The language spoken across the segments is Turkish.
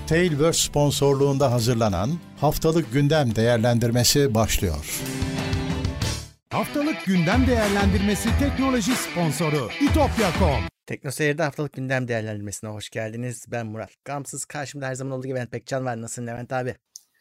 Tailverse sponsorluğunda hazırlanan Haftalık Gündem Değerlendirmesi başlıyor. Haftalık Gündem Değerlendirmesi teknoloji sponsoru itopya.com. Teknoseyir'de Haftalık Gündem Değerlendirmesi'ne hoş geldiniz. Ben Murat Gamsız. Karşımda her zaman olduğu gibi Levent Pekcan var. Nasılsın Levent abi?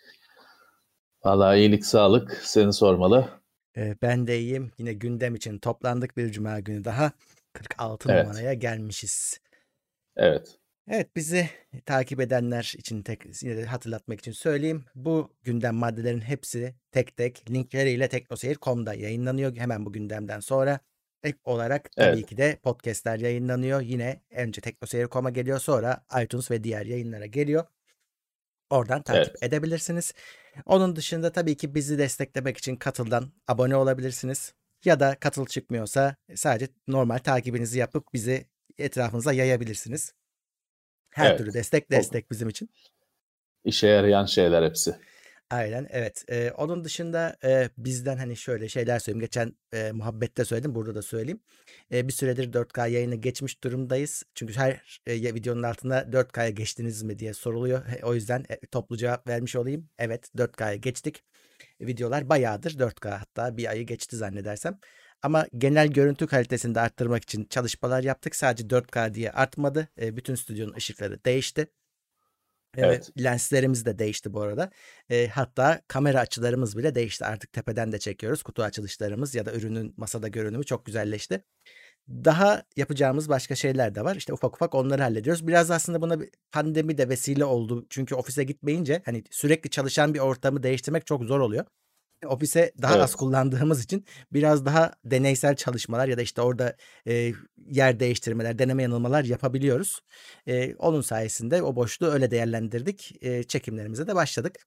Vallahi iyilik, sağlık. Seni sormalı. Ben de iyiyim. Yine gündem için toplandık, bir cuma günü daha. 46 Evet. numaraya gelmişiz. Evet. Evet, bizi takip edenler için yine de hatırlatmak için söyleyeyim. Bu gündem maddelerin hepsi tek tek linkleriyle teknoseyir.com'da yayınlanıyor. Hemen bu gündemden sonra ek olarak tabii Evet. ki de podcastler yayınlanıyor. Yine önce teknoseyir.com'a geliyor, sonra iTunes ve diğer yayınlara geliyor. Oradan takip Evet. edebilirsiniz. Onun dışında tabii ki bizi desteklemek için Katıl'dan abone olabilirsiniz. Ya da Katıl çıkmıyorsa sadece normal takibinizi yapıp bizi etrafınıza yayabilirsiniz. Her Evet. türlü destek bizim için. İşe yarayan şeyler hepsi. Aynen, evet. Onun dışında bizden hani şöyle şeyler söyleyeyim. Geçen muhabbette söyledim, burada da söyleyeyim. Bir süredir 4K yayını geçmiş durumdayız. Çünkü her videonun altında 4K'ya geçtiniz mi diye soruluyor. O yüzden toplu cevap vermiş olayım. Evet, 4K'ya geçtik. Videolar bayağıdır 4K, hatta bir ayı geçti zannedersem. Ama genel görüntü kalitesini de arttırmak için çalışmalar yaptık. Sadece 4K diye artmadı. Bütün stüdyonun ışıkları değişti. Evet. Lenslerimiz de değişti bu arada. Hatta kamera açılarımız bile değişti. Artık tepeden de çekiyoruz. Kutu açılışlarımız ya da ürünün masada görünümü çok güzelleşti. Daha yapacağımız başka şeyler de var. İşte ufak ufak onları hallediyoruz. Biraz aslında buna bir pandemi de vesile oldu. Çünkü ofise gitmeyince hani sürekli çalışan bir ortamı değiştirmek çok zor oluyor. Ofise daha az Evet. kullandığımız için biraz daha deneysel çalışmalar ya da işte orada yer değiştirmeler, deneme yanılmalar yapabiliyoruz. Onun sayesinde o boşluğu öyle değerlendirdik. Çekimlerimize de başladık.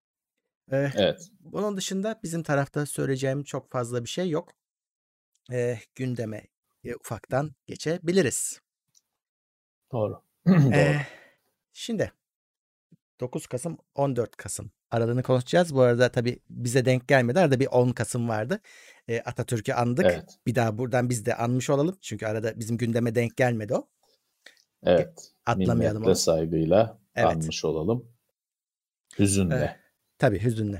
Evet. Bunun dışında bizim tarafta söyleyeceğim çok fazla bir şey yok. Gündeme ufaktan geçebiliriz. Doğru. Doğru. Doğru. Şimdi 9 Kasım 14 Kasım aralığını konuşacağız. Bu arada tabii bize denk gelmedi. Arada bir 10 Kasım vardı. Atatürk'ü andık. Evet. Bir daha buradan biz de anmış olalım. Çünkü arada bizim gündeme denk gelmedi o. Evet. Atlamayalım Minnetle, onu. saygıyla Evet. anmış olalım. Hüzünle. Tabii hüzünle.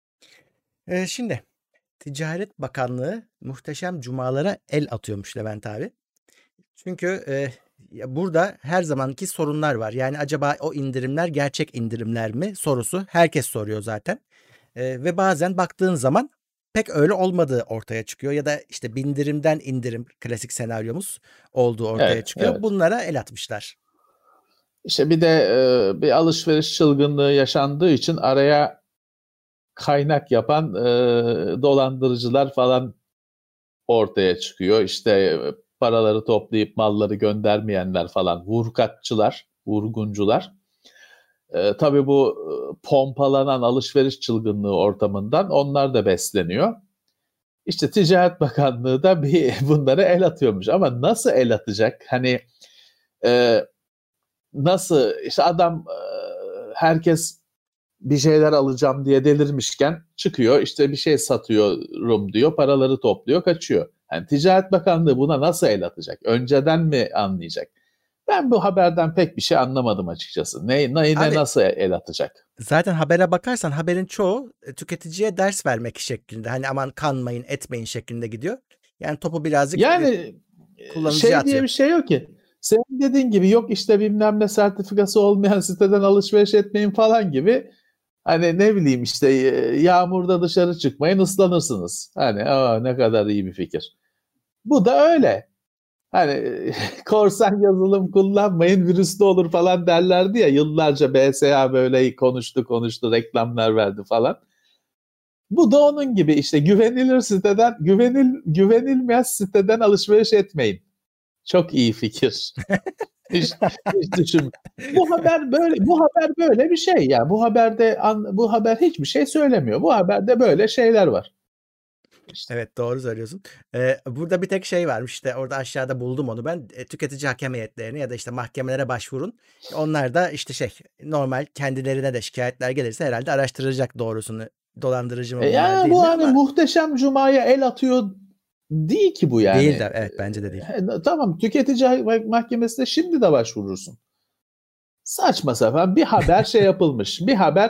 Şimdi Ticaret Bakanlığı muhteşem cumalara el atıyormuş Levent abi. Çünkü burada her zamanki sorunlar var. Yani acaba o indirimler gerçek indirimler mi sorusu herkes soruyor zaten. Ve bazen baktığın zaman pek öyle olmadığı ortaya çıkıyor. Ya da işte bindirimden indirim klasik senaryomuz olduğu ortaya Evet. çıkıyor. Evet. Bunlara el atmışlar. İşte bir de bir alışveriş çılgınlığı yaşandığı için araya kaynak yapan dolandırıcılar falan ortaya çıkıyor. İşte paraları toplayıp malları göndermeyenler falan, vurkatçılar, vurguncular. Tabii bu pompalanan alışveriş çılgınlığı ortamından onlar da besleniyor. İşte Ticaret Bakanlığı da bunlara el atıyormuş. Ama nasıl el atacak? Hani nasıl? İşte adam herkes bir şeyler alacağım diye delirmişken çıkıyor, işte bir şey satıyorum diyor, paraları topluyor, kaçıyor. Yani Ticaret Bakanlığı buna nasıl el atacak? Önceden mi anlayacak? Ben bu haberden pek bir şey anlamadım açıkçası. Ne Abi, nasıl el atacak? zaten habere bakarsan haberin çoğu tüketiciye ders vermek şeklinde. Hani aman kanmayın, etmeyin şeklinde gidiyor. Yani topu birazcık Yani kullanıcıya şey diye atıyor. bir şey yok ki. Senin dediğin gibi yok işte bilmem ne sertifikası olmayan siteden alışveriş etmeyin falan gibi. Hani ne bileyim işte yağmurda dışarı çıkmayın, ıslanırsınız. Hani ne kadar iyi bir fikir. Bu da öyle. Hani korsan yazılım kullanmayın, virüslü olur falan derlerdi ya, yıllarca BSA böyle konuştu reklamlar verdi falan. Bu da onun gibi işte, güvenilmez siteden alışveriş etmeyin. Çok iyi fikir. Hiç düşün. Bu haber böyle bir şey ya. Bu haber hiçbir şey söylemiyor. Bu haberde böyle şeyler var. İşte. Evet, doğru söylüyorsun. Burada bir tek şey varmış, işte orada aşağıda buldum onu ben. Tüketici hakem heyetlerine ya da işte mahkemelere başvurun. Onlar da işte normal kendilerine de şikayetler gelirse herhalde araştıracak doğrusunu. Dolandırıcı mı bunlar, Ya değil bu mi, hani ama muhteşem cumaya el atıyor değil ki bu yani. değil de, evet, bence de değil. Tamam, tüketici mahkemesine şimdi de başvurursun. Saçma sapan bir haber şey yapılmış.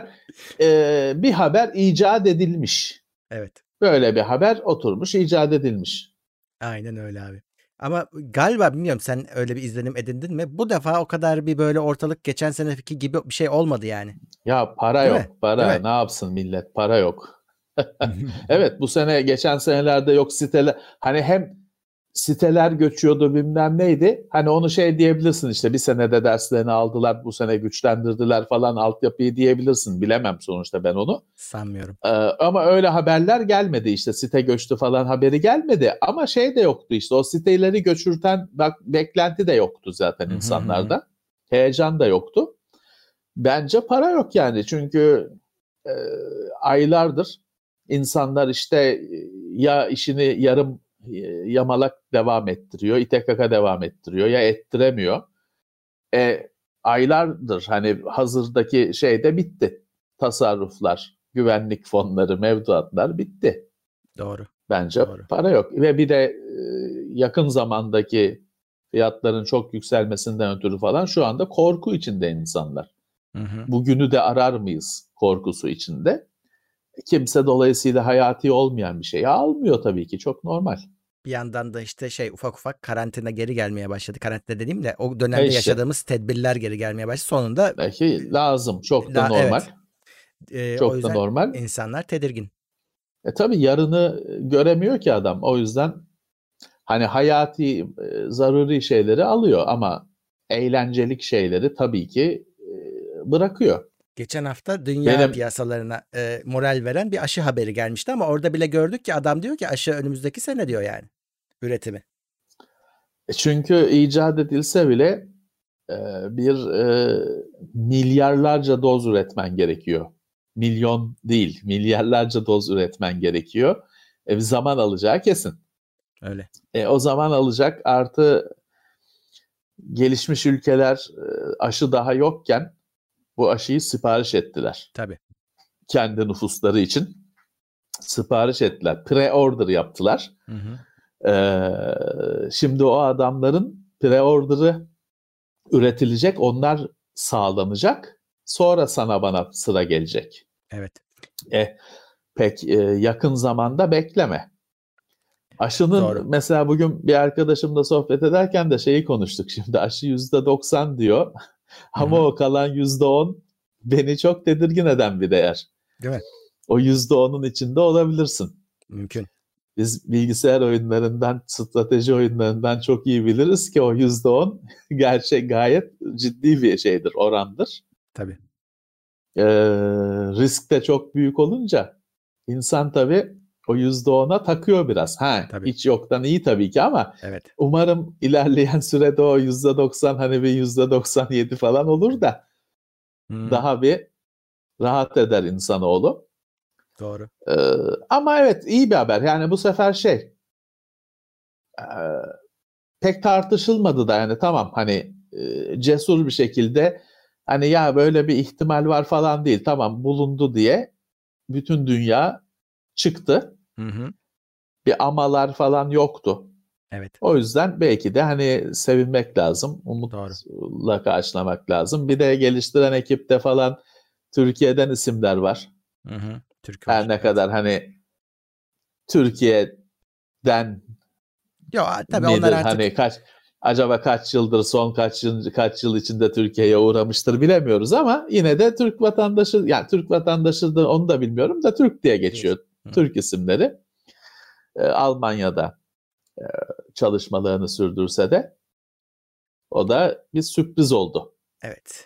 Bir haber icat edilmiş. Evet. Böyle bir haber oturmuş, icat edilmiş. Aynen öyle abi. Ama galiba bilmiyorum, sen öyle bir izlenim edindin mi? Bu defa o kadar bir böyle ortalık geçen seneki gibi bir şey olmadı yani. Ya para Değil yok, mi? para. Değil mi? Ne yapsın millet? Para yok. Evet, bu sene, geçen senelerde yok siteler. Hani hem siteler göçüyordu, bilmem neydi. Hani onu şey diyebilirsin, işte bir senede derslerini aldılar, bu sene güçlendirdiler falan altyapıyı diyebilirsin. Bilemem sonuçta ben onu. Sanmıyorum. Ama öyle haberler gelmedi, işte site göçtü falan haberi gelmedi. Ama şey de yoktu, işte o siteleri göçürten beklenti de yoktu zaten insanlarda. Heyecan da yoktu. Bence para yok yani, çünkü aylardır insanlar işte ya işini yarım yamalak devam ettiriyor, ite kaka devam ettiriyor, ya ettiremiyor. Aylardır hani hazırdaki şey de bitti. Tasarruflar, güvenlik fonları, mevduatlar bitti. Doğru. Bence Doğru. para yok. Ve bir de yakın zamandaki fiyatların çok yükselmesinden ötürü falan şu anda korku içinde insanlar. Bugünü de arar mıyız korkusu içinde. Kimse dolayısıyla hayati olmayan bir şeyi almıyor tabii ki. Çok normal. Bir yandan da işte ufak ufak karantina geri gelmeye başladı. Karantina dediğim de o dönemde işte, yaşadığımız tedbirler geri gelmeye başladı. Sonunda belki lazım. Çok da normal. Evet. Çok O da yüzden normal. insanlar tedirgin. Tabii yarını göremiyor ki adam. O yüzden hani hayati, zaruri şeyleri alıyor ama eğlencelik şeyleri tabii ki bırakıyor. Geçen hafta dünya Benim piyasalarına moral veren bir aşı haberi gelmişti ama orada bile gördük ki adam diyor ki aşı önümüzdeki sene diyor yani üretimi. çünkü icat edilse bile bir milyarlarca doz üretmen gerekiyor. Milyon değil, milyarlarca doz üretmen gerekiyor. Bir zaman alacağı kesin. Öyle. O zaman alacak, artı gelişmiş ülkeler aşı daha yokken bu aşıyı sipariş ettiler. Tabii. Kendi nüfusları için sipariş ettiler. Pre-order yaptılar. Şimdi o adamların pre-order'ı üretilecek, onlar sağlanacak. Sonra sana bana sıra gelecek. Evet. Pek yakın zamanda bekleme. Aşının Doğru. mesela bugün bir arkadaşımla sohbet ederken de şeyi konuştuk. Şimdi aşı %90 diyor. Ama o kalan %10 beni çok tedirgin eden bir değer. Değil mi? O %10'un içinde olabilirsin. Mümkün. Biz bilgisayar oyunlarından, strateji oyunlarından çok iyi biliriz ki o %10 gerçek, gayet ciddi bir şeydir, orandır. Tabii. Risk de çok büyük olunca insan tabii o %10'a takıyor biraz. Tabii. Hiç yoktan iyi tabii ki ama evet. Umarım ilerleyen sürede o %90 hani bir %97 falan olur da daha bir rahat eder insanoğlu. Doğru. Ama evet, iyi bir haber. Yani bu sefer pek tartışılmadı da, yani tamam hani cesur bir şekilde hani ya böyle bir ihtimal var falan değil. Tamam, bulundu diye bütün dünya çıktı. Bir amalar falan yoktu. Evet. O yüzden belki de hani sevinmek lazım, umutla karşılamak lazım. Bir de geliştiren ekipte falan Türkiye'den isimler var. Türk var. Her ne kadar hani Türkiye'den tabii midir, onlar artık hani acaba kaç yıldır, son kaç yıl içinde Türkiye'ye uğramıştır bilemiyoruz ama yine de Türk vatandaşı, yani Türk vatandaşı da onu da bilmiyorum da Türk diye geçiyor. Türk isimleri. Almanya'da çalışmalarını sürdürse de o da bir sürpriz oldu. Evet.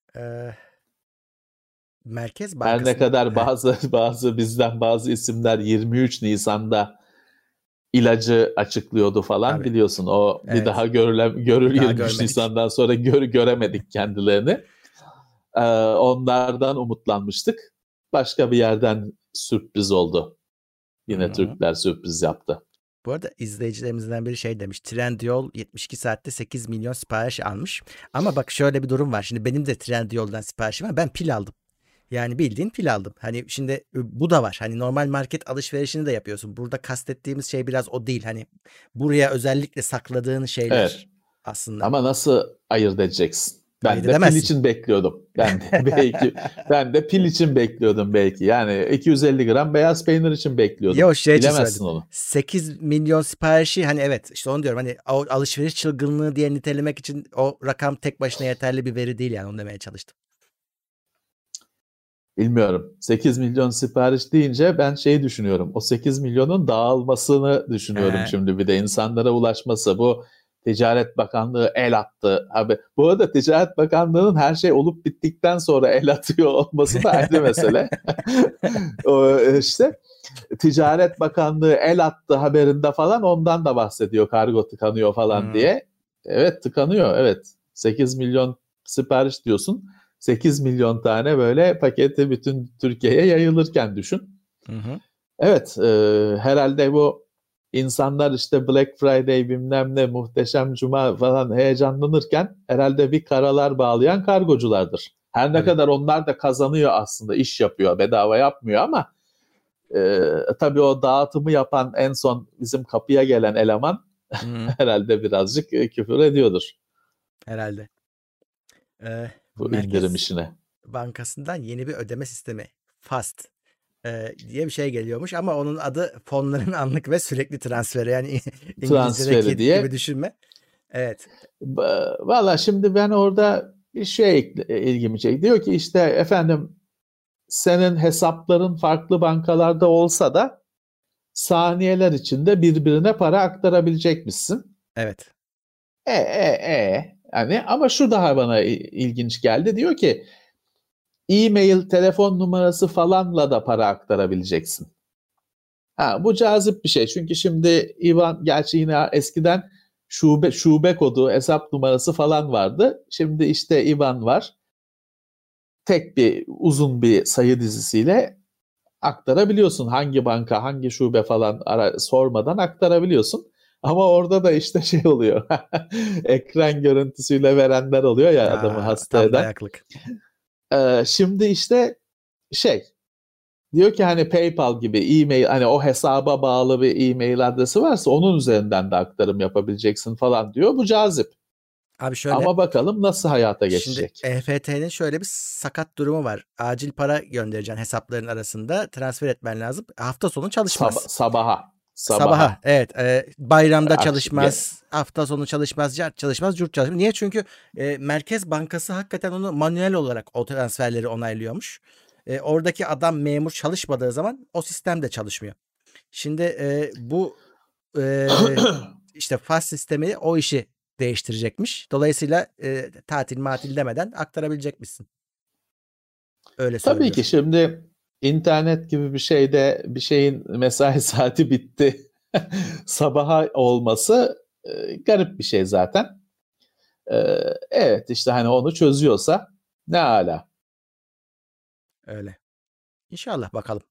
Merkez Her Bankası. ne kadar bazı isimler 23 Nisan'da ilacı açıklıyordu falan, tabii, biliyorsun o bir daha görür 23 Nisan'dan sonra göremedik kendilerini. Onlardan umutlanmıştık. Başka bir yerden sürpriz oldu. Yine Türkler sürpriz yaptı. Bu arada izleyicilerimizden biri demiş. Trendyol 72 saatte 8 milyon sipariş almış. Ama bak şöyle bir durum var. Şimdi benim de Trendyol'dan siparişim var. Ben pil aldım. Yani bildiğin pil aldım. Hani şimdi bu da var. Hani normal market alışverişini de yapıyorsun. Burada kastettiğimiz şey biraz o değil. Hani buraya özellikle sakladığın şeyler aslında. Ama nasıl ayırt edeceksin? Ben Ayırt de pil edemezsin. için bekliyordum. Ben de pil için bekliyordum belki. Yani 250 gram beyaz peynir için bekliyordum. Yok şey için Bilemezsin söyledim. onu. 8 milyon siparişi hani evet işte onu diyorum hani o alışveriş çılgınlığı diye nitelemek için o rakam tek başına yeterli bir veri değil yani onu demeye çalıştım. Bilmiyorum. 8 milyon sipariş deyince ben şeyi düşünüyorum. O 8 milyonun dağılmasını düşünüyorum He. şimdi bir de insanlara ulaşması. Bu Ticaret Bakanlığı el attı. Abi, bu arada Ticaret Bakanlığı'nın her şey olup bittikten sonra el atıyor olması da ayrı mesele. O işte Ticaret Bakanlığı el attı haberinde falan ondan da bahsediyor. Kargo tıkanıyor falan diye. Evet tıkanıyor. Evet. 8 milyon sipariş diyorsun. 8 milyon tane böyle paketi bütün Türkiye'ye yayılırken düşün. Hı hı. Evet, herhalde bu insanlar işte Black Friday bilmem ne muhteşem cuma falan heyecanlanırken herhalde bir karalar bağlayan kargoculardır. Her ne Tabii. kadar onlar da kazanıyor aslında, iş yapıyor, bedava yapmıyor ama tabii o dağıtımı yapan en son bizim kapıya gelen eleman herhalde birazcık küfür ediyordur Herhalde. bu indirim Merkez işine. Bankası'ndan yeni bir ödeme sistemi FAST diye bir şey geliyormuş ama onun adı fonların anlık ve sürekli transferi yani İngilizce'deki Transferi diye. gibi düşünme. Evet. Valla şimdi ben orada bir şey ilgimi çekti. Diyor ki işte efendim senin hesapların farklı bankalarda olsa da saniyeler içinde birbirine para aktarabilecekmişsin. Evet. Yani ama şu daha bana ilginç geldi. Diyor ki e-mail, telefon numarası falanla da para aktarabileceksin. Bu cazip bir şey. Çünkü şimdi IBAN, gerçi yine eskiden şube kodu, hesap numarası falan vardı. Şimdi işte IBAN var. Tek bir uzun bir sayı dizisiyle aktarabiliyorsun. Hangi banka, hangi şube falan sormadan aktarabiliyorsun. Ama orada da işte şey oluyor. Ekran görüntüsüyle verenler oluyor ya adamı hasta Tam eden. dayaklık. Şimdi işte diyor ki hani PayPal gibi e-mail, hani o hesaba bağlı bir e-mail adresi varsa onun üzerinden de aktarım yapabileceksin falan diyor. Bu cazip. Abi şöyle. Ama bakalım nasıl hayata geçecek. Şimdi EFT'nin şöyle bir sakat durumu var. Acil para göndereceksin hesapların arasında. Transfer etmen lazım. Hafta sonu çalışmaz. Sabaha. Evet. Bayramda çalışmaz. Hafta sonu çalışmaz. Çalışmaz. Curt çalışmaz. Niye? Çünkü Merkez Bankası hakikaten onu manuel olarak o transferleri onaylıyormuş. Oradaki adam memur çalışmadığı zaman o sistem de çalışmıyor. Şimdi bu işte FAS sistemi o işi değiştirecekmiş. Dolayısıyla tatil matil demeden aktarabilecekmişsin. Öyle söylüyor. Tabii ki şimdi internet gibi bir şeyde bir şeyin mesai saati bitti. Sabaha olması garip bir şey zaten. Evet işte hani onu çözüyorsa ne âlâ. Öyle. İnşallah bakalım.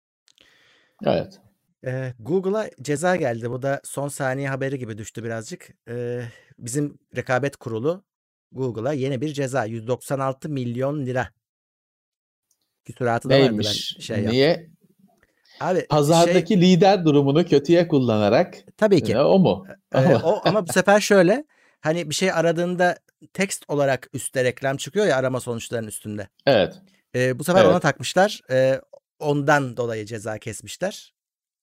Evet. Google'a ceza geldi. Bu da son saniye haberi gibi düştü birazcık. Bizim rekabet kurulu Google'a yeni bir ceza. 196 milyon lira. Küsuratı da vardı, Neymiş? ben yaptım. Niye? Abi Pazardaki lider durumunu kötüye kullanarak. Tabii ki. O mu? Ama bu sefer şöyle, hani bir şey aradığında tekst olarak üstte reklam çıkıyor ya arama sonuçlarının üstünde. Evet. Bu sefer ona takmışlar. Ondan dolayı ceza kesmişler.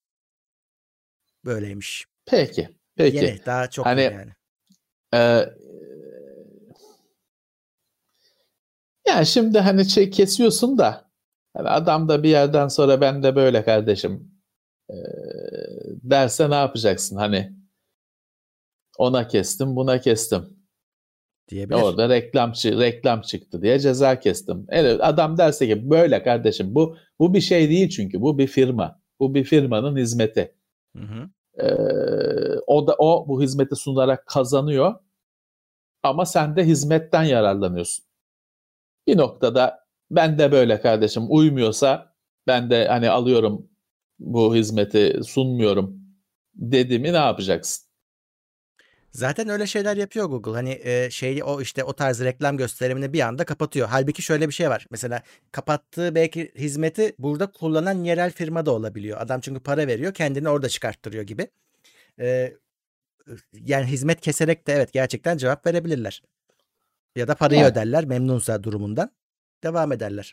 Böyleymiş. Peki. Yeni, daha çok hani, yeni yani. Yani şimdi hani kesiyorsun da hani adam da bir yerden sonra ben de böyle kardeşim derse ne yapacaksın? Hani ona kestim, buna kestim. Diyebilir. Orada reklam çıktı diye ceza kestim. Evet, adam derse ki böyle kardeşim bu bir şey değil çünkü bu bir firma. Bu bir firmanın hizmeti. Hı. O bu hizmeti sunarak kazanıyor ama sen de hizmetten yararlanıyorsun. Bir noktada ben de böyle kardeşim uymuyorsa ben de hani alıyorum bu hizmeti sunmuyorum dedi mi ne yapacaksın? Zaten öyle şeyler yapıyor Google. Hani o tarz reklam gösterimini bir anda kapatıyor. Halbuki şöyle bir şey var. Mesela kapattığı belki hizmeti burada kullanan yerel firma da olabiliyor. Adam çünkü para veriyor, kendini orada çıkarttırıyor gibi. Yani hizmet keserek de evet gerçekten cevap verebilirler. Ya da parayı Yani. öderler memnunsa durumundan. Devam ederler.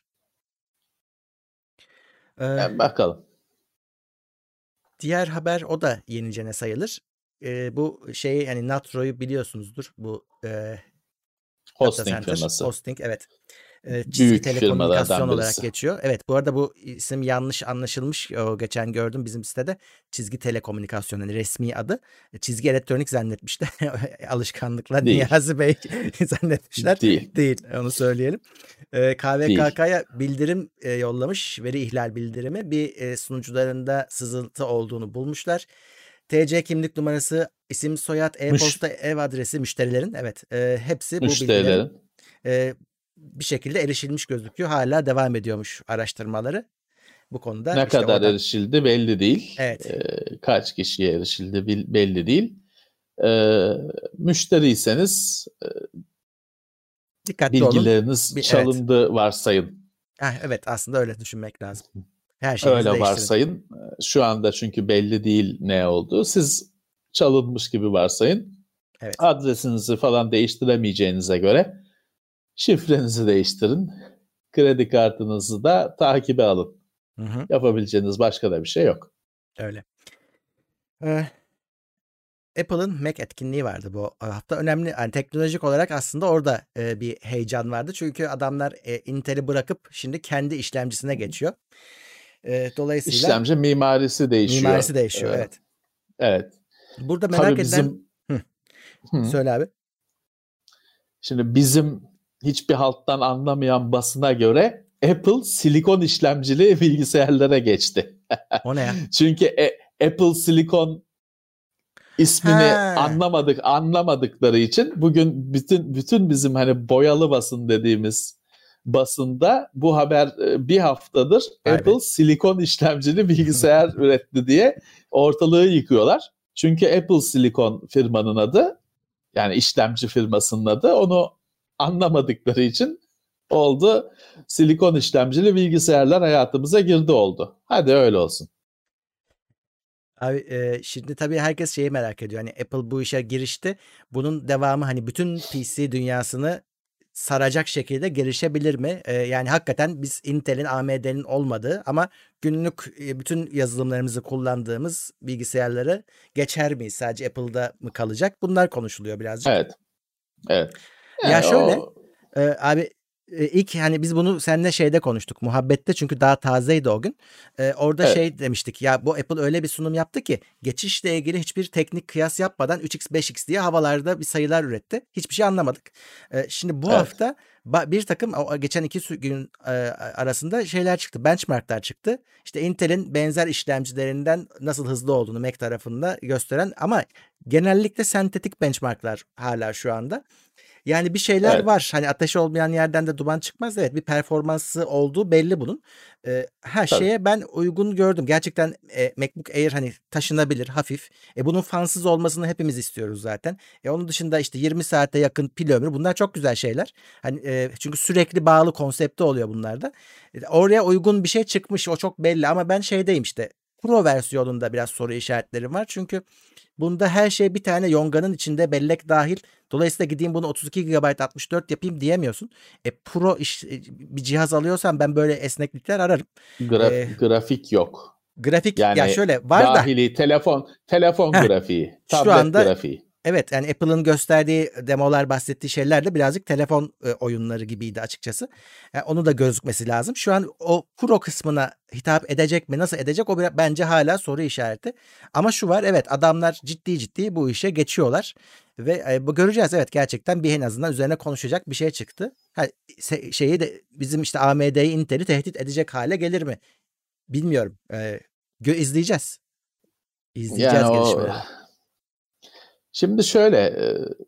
Yani bakalım. Diğer haber o da yenicene sayılır. Bu şey hani Natro'yu biliyorsunuzdur. Bu data Hosting center, firması. hosting evet. Çizgi Büyük telekomünikasyon firmalardan olarak birisi. geçiyor. Evet bu arada bu isim yanlış anlaşılmış. O geçen gördüm bizim sitede. Çizgi telekomünikasyon yani resmi adı. Çizgi elektronik zannetmişler. Alışkanlıkla Değil. Niyazi Bey zannetmişler. Değil. Değil onu söyleyelim. Değil. KVKK'ya bildirim yollamış. Veri ihlal bildirimi. Bir sunucularında sızıntı olduğunu bulmuşlar. TC kimlik numarası, isim, soyad, e-posta, ev adresi müşterilerin. Evet hepsi bu bilgilerin Müşterilerin. bir şekilde erişilmiş gözüküyor. Hala devam ediyormuş araştırmaları. Bu konuda Ne işte kadar oradan. erişildi belli değil. Evet. Kaç kişiye erişildi belli değil. Müşteriyseniz Dikkatli olun. bilgileriniz Evet. çalındı varsayın. Evet aslında öyle düşünmek lazım. Her şeyinizi Öyle değiştirin. varsayın. Şu anda çünkü belli değil ne olduğu. Siz çalınmış gibi varsayın. Evet. Adresinizi falan değiştiremeyeceğinize göre şifrenizi değiştirin. Kredi kartınızı da takibe alın. Hı. Yapabileceğiniz başka da bir şey yok. Öyle. Apple'ın Mac etkinliği vardı bu hafta. Önemli yani teknolojik olarak aslında orada bir heyecan vardı. Çünkü adamlar Intel'i bırakıp şimdi kendi işlemcisine geçiyor. Dolayısıyla İşlemci mimarisi değişiyor. mimarisi değişiyor. Evet. Evet. Burada merak Tabii edilen söyle abi. Şimdi bizim hiçbir halttan anlamayan basına göre Apple silikon işlemcili bilgisayarlara geçti. O ne ya? Çünkü Apple silikon ismini anlamadıkları için bugün bütün bizim hani boyalı basın dediğimiz basında bu haber bir haftadır Apple silikon işlemcili bilgisayar üretti diye ortalığı yıkıyorlar. Çünkü Apple silikon firmanın adı, yani işlemci firmasının adı, onu anlamadıkları için oldu. Silikon işlemcili bilgisayarlar hayatımıza girdi oldu. Hadi öyle olsun. Abi şimdi tabii herkes şeyi merak ediyor. Hani Apple bu işe girişti. Bunun devamı hani bütün PC dünyasını saracak şekilde gelişebilir mi? Yani hakikaten biz Intel'in, AMD'nin olmadığı ama günlük bütün yazılımlarımızı kullandığımız bilgisayarları geçer miyiz? Sadece Apple'da mı kalacak? Bunlar konuşuluyor birazcık. Evet. Evet. Yani ya şöyle abi ilk hani biz bunu seninle şeyde konuştuk muhabbette çünkü daha tazeydi o gün. Orada şey demiştik ya bu Apple öyle bir sunum yaptı ki geçişle ilgili hiçbir teknik kıyas yapmadan 3x 5x diye havalarda bir sayılar üretti. Hiçbir şey anlamadık. Şimdi bu hafta bir takım geçen 2 gün arasında şeyler çıktı. Benchmarklar çıktı. İşte Intel'in benzer işlemcilerinden nasıl hızlı olduğunu Mac tarafında gösteren ama genellikle sentetik benchmarklar hala şu anda. Yani bir şeyler var. Hani ateş olmayan yerden de duman çıkmaz. Evet bir performansı olduğu belli bunun. Şeye ben uygun gördüm. Gerçekten MacBook Air hani taşınabilir, hafif. Bunun fansız olmasını hepimiz istiyoruz zaten. Onun dışında işte 20 saate yakın pil ömrü. Bunlar çok güzel şeyler. Hani çünkü sürekli bağlı konsepti oluyor bunlarda. Oraya uygun bir şey çıkmış. O çok belli ama ben şeydeyim işte. Pro versiyonunda biraz soru işaretlerim var. Çünkü bunda her şey bir tane yonganın içinde bellek dahil. Dolayısıyla gideyim bunu 32 GB 64 yapayım diyemiyorsun. Pro bir cihaz alıyorsan ben böyle esneklikler ararım. Grafik yok. Grafik yani ya şöyle var dahili telefon grafiği, tablet şu anda, grafiği. Evet yani Apple'ın gösterdiği demolar bahsettiği şeyler de birazcık telefon oyunları gibiydi açıkçası. Yani onu da gözükmesi lazım. Şu an o Pro kısmına hitap edecek mi? Nasıl edecek? O bence hala soru işareti. Ama şu var evet adamlar ciddi bu işe geçiyorlar. Ve bu göreceğiz evet gerçekten bir en azından üzerine konuşacak bir şey çıktı. Şeyi de bizim işte AMD'yi Intel'i tehdit edecek hale gelir mi? Bilmiyorum. İzleyeceğiz. İzleyeceğiz gelişmeleri. Şimdi şöyle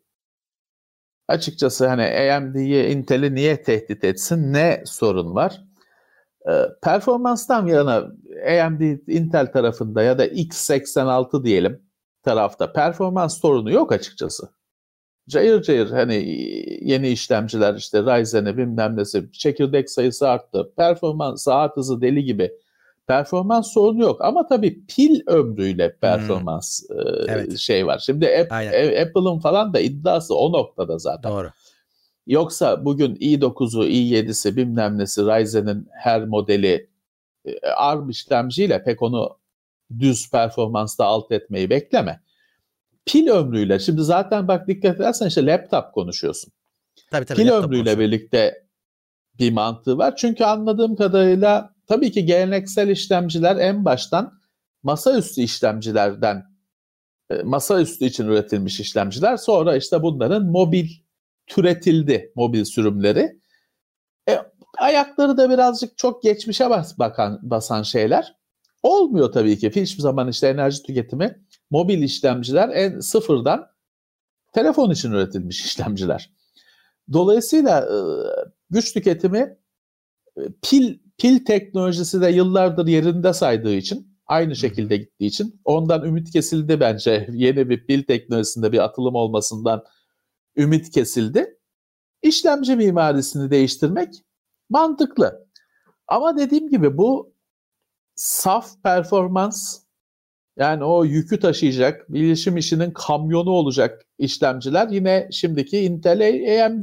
açıkçası hani AMD'yi Intel'i niye tehdit etsin, ne sorun var? Performanstan yana AMD Intel tarafında ya da x86 diyelim tarafta performans sorunu yok açıkçası. Cayır hani yeni işlemciler işte Ryzen'e bilmem nesi çekirdek sayısı arttı. Performans, saat hızı deli gibi. Performans sorunu yok ama tabii pil ömrüyle performans şey var. Şimdi Apple'ın falan da iddiası o noktada zaten. Doğru. Yoksa bugün i9'u, i7'si bilmem nesi Ryzen'in her modeli ARM işlemciyle pek onu düz performansta alt etmeyi bekleme. Pil ömrüyle, şimdi zaten bak dikkat edersen işte laptop konuşuyorsun. Tabii, Pil ömrüyle birlikte bir mantığı var. Çünkü anladığım kadarıyla tabii ki geleneksel işlemciler en baştan masaüstü işlemcilerden, masaüstü için üretilmiş işlemciler. Sonra işte bunların türetildi mobil sürümleri. Ayakları da birazcık çok geçmişe basan şeyler. Olmuyor tabii ki. Hiçbir zaman işte enerji tüketimi, mobil işlemciler sıfırdan telefon için üretilmiş işlemciler. Dolayısıyla güç tüketimi pil teknolojisi de yıllardır yerinde saydığı için, aynı şekilde gittiği için ondan ümit kesildi bence. Yeni bir pil teknolojisinde bir atılım olmasından ümit kesildi. İşlemci mimarisini değiştirmek mantıklı. Ama dediğim gibi bu saf performans, yani o yükü taşıyacak, bilişim işinin kamyonu olacak işlemciler yine şimdiki Intel, AMD.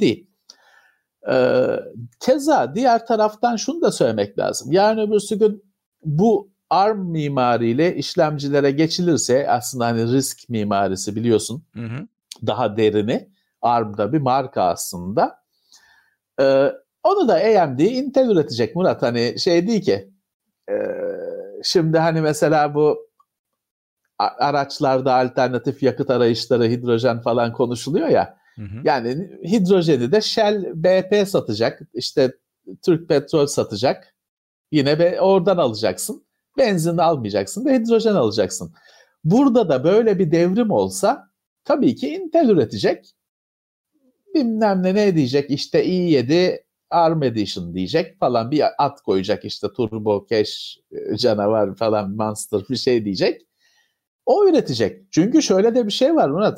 Keza diğer taraftan şunu da söylemek lazım. Yarın öbürsü gün bu ARM mimariyle işlemcilere geçilirse, aslında hani risk mimarisi biliyorsun, daha derini, ARM'da bir marka aslında. Onu da AMD, Intel üretecek Murat. Hani şey değil ki, şimdi hani mesela bu araçlarda alternatif yakıt arayışları, hidrojen falan konuşuluyor ya. Yani hidrojeni de Shell, BP satacak. İşte Türk Petrol satacak. Yine oradan alacaksın. Benzin almayacaksın da hidrojen alacaksın. Burada da böyle bir devrim olsa tabii ki Intel üretecek. Bilmem ne diyecek, işte i7 ARM Edition diyecek falan, bir at koyacak, işte Turbo Cache canavar falan, Monster bir şey diyecek. O üretecek. Çünkü şöyle de bir şey var Murat.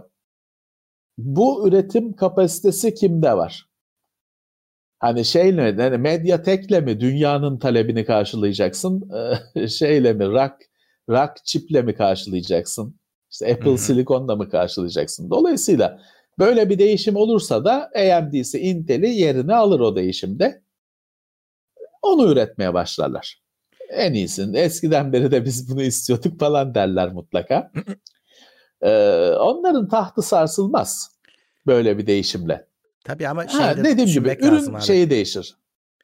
Bu üretim kapasitesi kimde var? Hani şeyle, yani Mediatek'le mi dünyanın talebini karşılayacaksın? Şeyle mi, Rock chip'le mi karşılayacaksın? İşte Apple Silicon'la mı karşılayacaksın? Dolayısıyla böyle bir değişim olursa da AMD'si Intel'i yerine alır o değişimde. Onu üretmeye başlarlar. En iyisini. Eskiden beri de biz bunu istiyorduk falan derler mutlaka. Onların tahtı sarsılmaz böyle bir değişimle. Tabii ama dediğim gibi ürün şeyi değişir.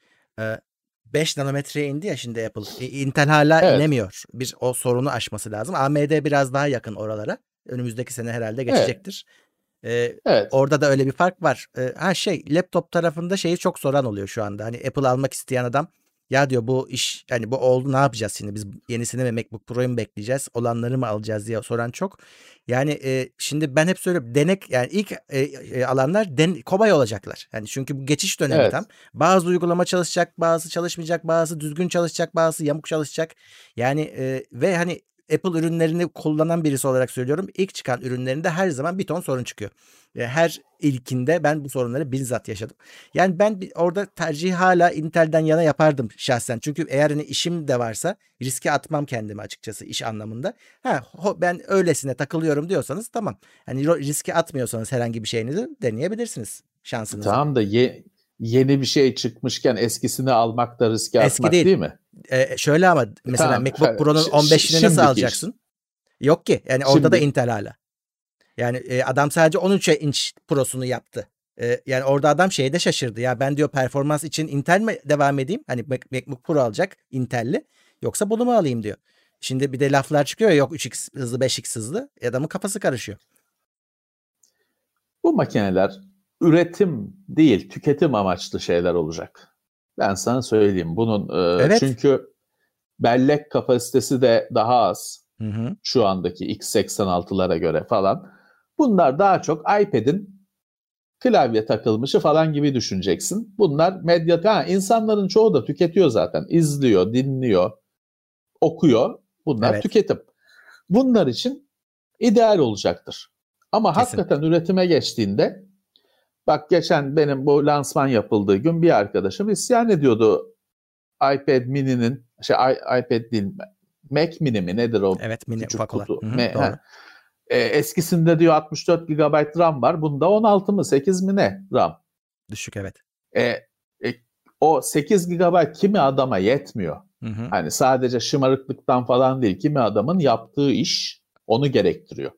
5 nanometreye indi ya şimdi Apple. Intel hala inemiyor. O sorunu aşması lazım. AMD biraz daha yakın oralara. Önümüzdeki sene herhalde geçecektir. Orada da öyle bir fark var. Laptop tarafında şeyi çok soran oluyor şu anda. Hani Apple almak isteyen adam, ya diyor bu iş, hani bu oldu, ne yapacağız şimdi, biz yenisini mi, MacBook Pro'yu mu bekleyeceğiz, olanları mı alacağız diye soran çok. Yani şimdi ben hep söylüyorum, denek, yani ilk alanlar kobay olacaklar. Yani çünkü bu geçiş dönemi tam. Bazı uygulama çalışacak, bazı çalışmayacak, bazı düzgün çalışacak, bazı yamuk çalışacak. Yani ve hani Apple ürünlerini kullanan birisi olarak söylüyorum, ilk çıkan ürünlerinde her zaman bir ton sorun çıkıyor. Her ilkinde ben bu sorunları bizzat yaşadım. Yani ben orada tercihi hala Intel'den yana yapardım şahsen. Çünkü eğer hani işim de varsa riske atmam kendimi açıkçası, iş anlamında. Ben öylesine takılıyorum diyorsanız tamam. Hani riske atmıyorsanız herhangi bir şeyinizi deneyebilirsiniz şansınızı. Tamam da yeni bir şey çıkmışken eskisini almak da riske atmak değil mi? Şöyle ama mesela MacBook Pro'nun 15'ini nasıl alacaksın? Yok ki. Yani orada da Intel hala. Yani adam sadece 13 inç Pro'sunu yaptı. Yani orada adam de şaşırdı. Ya ben diyor performans için Intel mi devam edeyim? Hani MacBook Pro alacak Intel'li. Yoksa bunu mu alayım diyor. Şimdi bir de laflar çıkıyor ya, yok 3x hızlı 5x hızlı. Adamın kafası karışıyor. Bu makineler üretim değil, tüketim amaçlı şeyler olacak. Ben sana söyleyeyim. Bunun çünkü bellek kapasitesi de daha az. Şu andaki x86'lara göre falan. Bunlar daha çok iPad'in klavye takılmışı falan gibi düşüneceksin. Bunlar insanların çoğu da tüketiyor zaten. İzliyor, dinliyor, okuyor. Bunlar tüketim. Bunlar için ideal olacaktır. Ama hakikaten üretime geçtiğinde, bak geçen benim bu lansman yapıldığı gün bir arkadaşım isyan ediyordu. iPad mini'nin, iPad değil, Mac mini mi nedir o? Evet, mini küçük ufak olan. kutu. Doğru. Eskisinde diyor 64 GB RAM var. Bunda 16 mı 8 mi ne RAM? Düşük, evet. E, e, o 8 GB kimi adama yetmiyor. Hı hı. Hani sadece şımarıklıktan falan değil. Kimi adamın yaptığı iş onu gerektiriyor.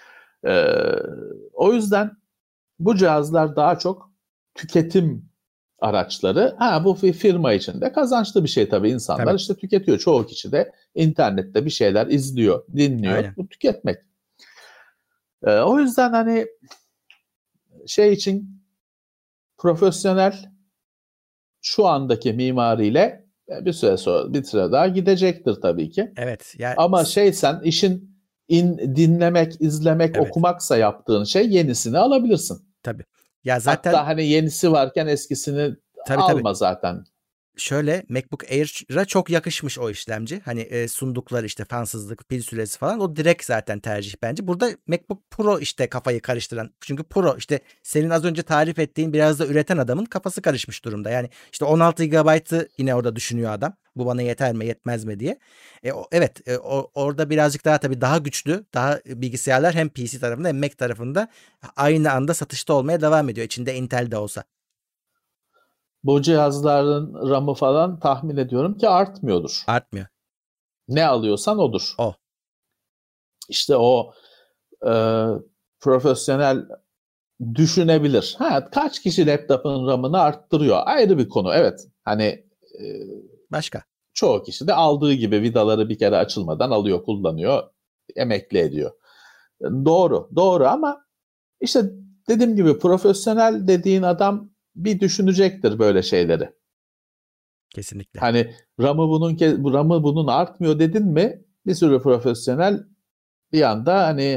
O yüzden bu cihazlar daha çok tüketim araçları. Bu bir firma için de kazançlı bir şey tabii. İnsanlar Tabii. işte tüketiyor. Çoğu kişi de internette bir şeyler izliyor, dinliyor. Aynen. Bu tüketmek. O yüzden hani şey için profesyonel şu andaki mimariyle bir süre daha gidecektir tabii ki. Evet. Yani, Ama sen işin dinlemek, izlemek, evet. okumaksa yaptığın şey, yenisini alabilirsin. Tabii. Ya zaten Hatta hani yenisi varken eskisini tabii. alma zaten. Şöyle, MacBook Air'a çok yakışmış o işlemci. Hani sundukları işte fansızlık, pil süresi falan, o direkt zaten tercih bence. Burada MacBook Pro işte kafayı karıştıran. Çünkü Pro işte senin az önce tarif ettiğin biraz da üreten adamın kafası karışmış durumda. Yani işte 16 GB'ı yine orada düşünüyor adam. Bu bana yeter mi yetmez mi diye. Evet, orada birazcık daha tabii daha güçlü, daha bilgisayarlar hem PC tarafında hem Mac tarafında aynı anda satışta olmaya devam ediyor. İçinde Intel de olsa. Bu cihazların RAM'ı falan tahmin ediyorum ki artmıyordur. Artmıyor. Ne alıyorsan odur. O. İşte o profesyonel düşünebilir. Kaç kişi laptopun RAM'ını arttırıyor? Ayrı bir konu. Evet. Hani Başka. çoğu kişi de aldığı gibi vidaları bir kere açılmadan alıyor, kullanıyor, emekli ediyor. Doğru ama işte dediğim gibi profesyonel dediğin adam bir düşünecektir böyle şeyleri. Kesinlikle. Hani RAM'ı bunun artmıyor dedin mi, bir sürü profesyonel bir anda hani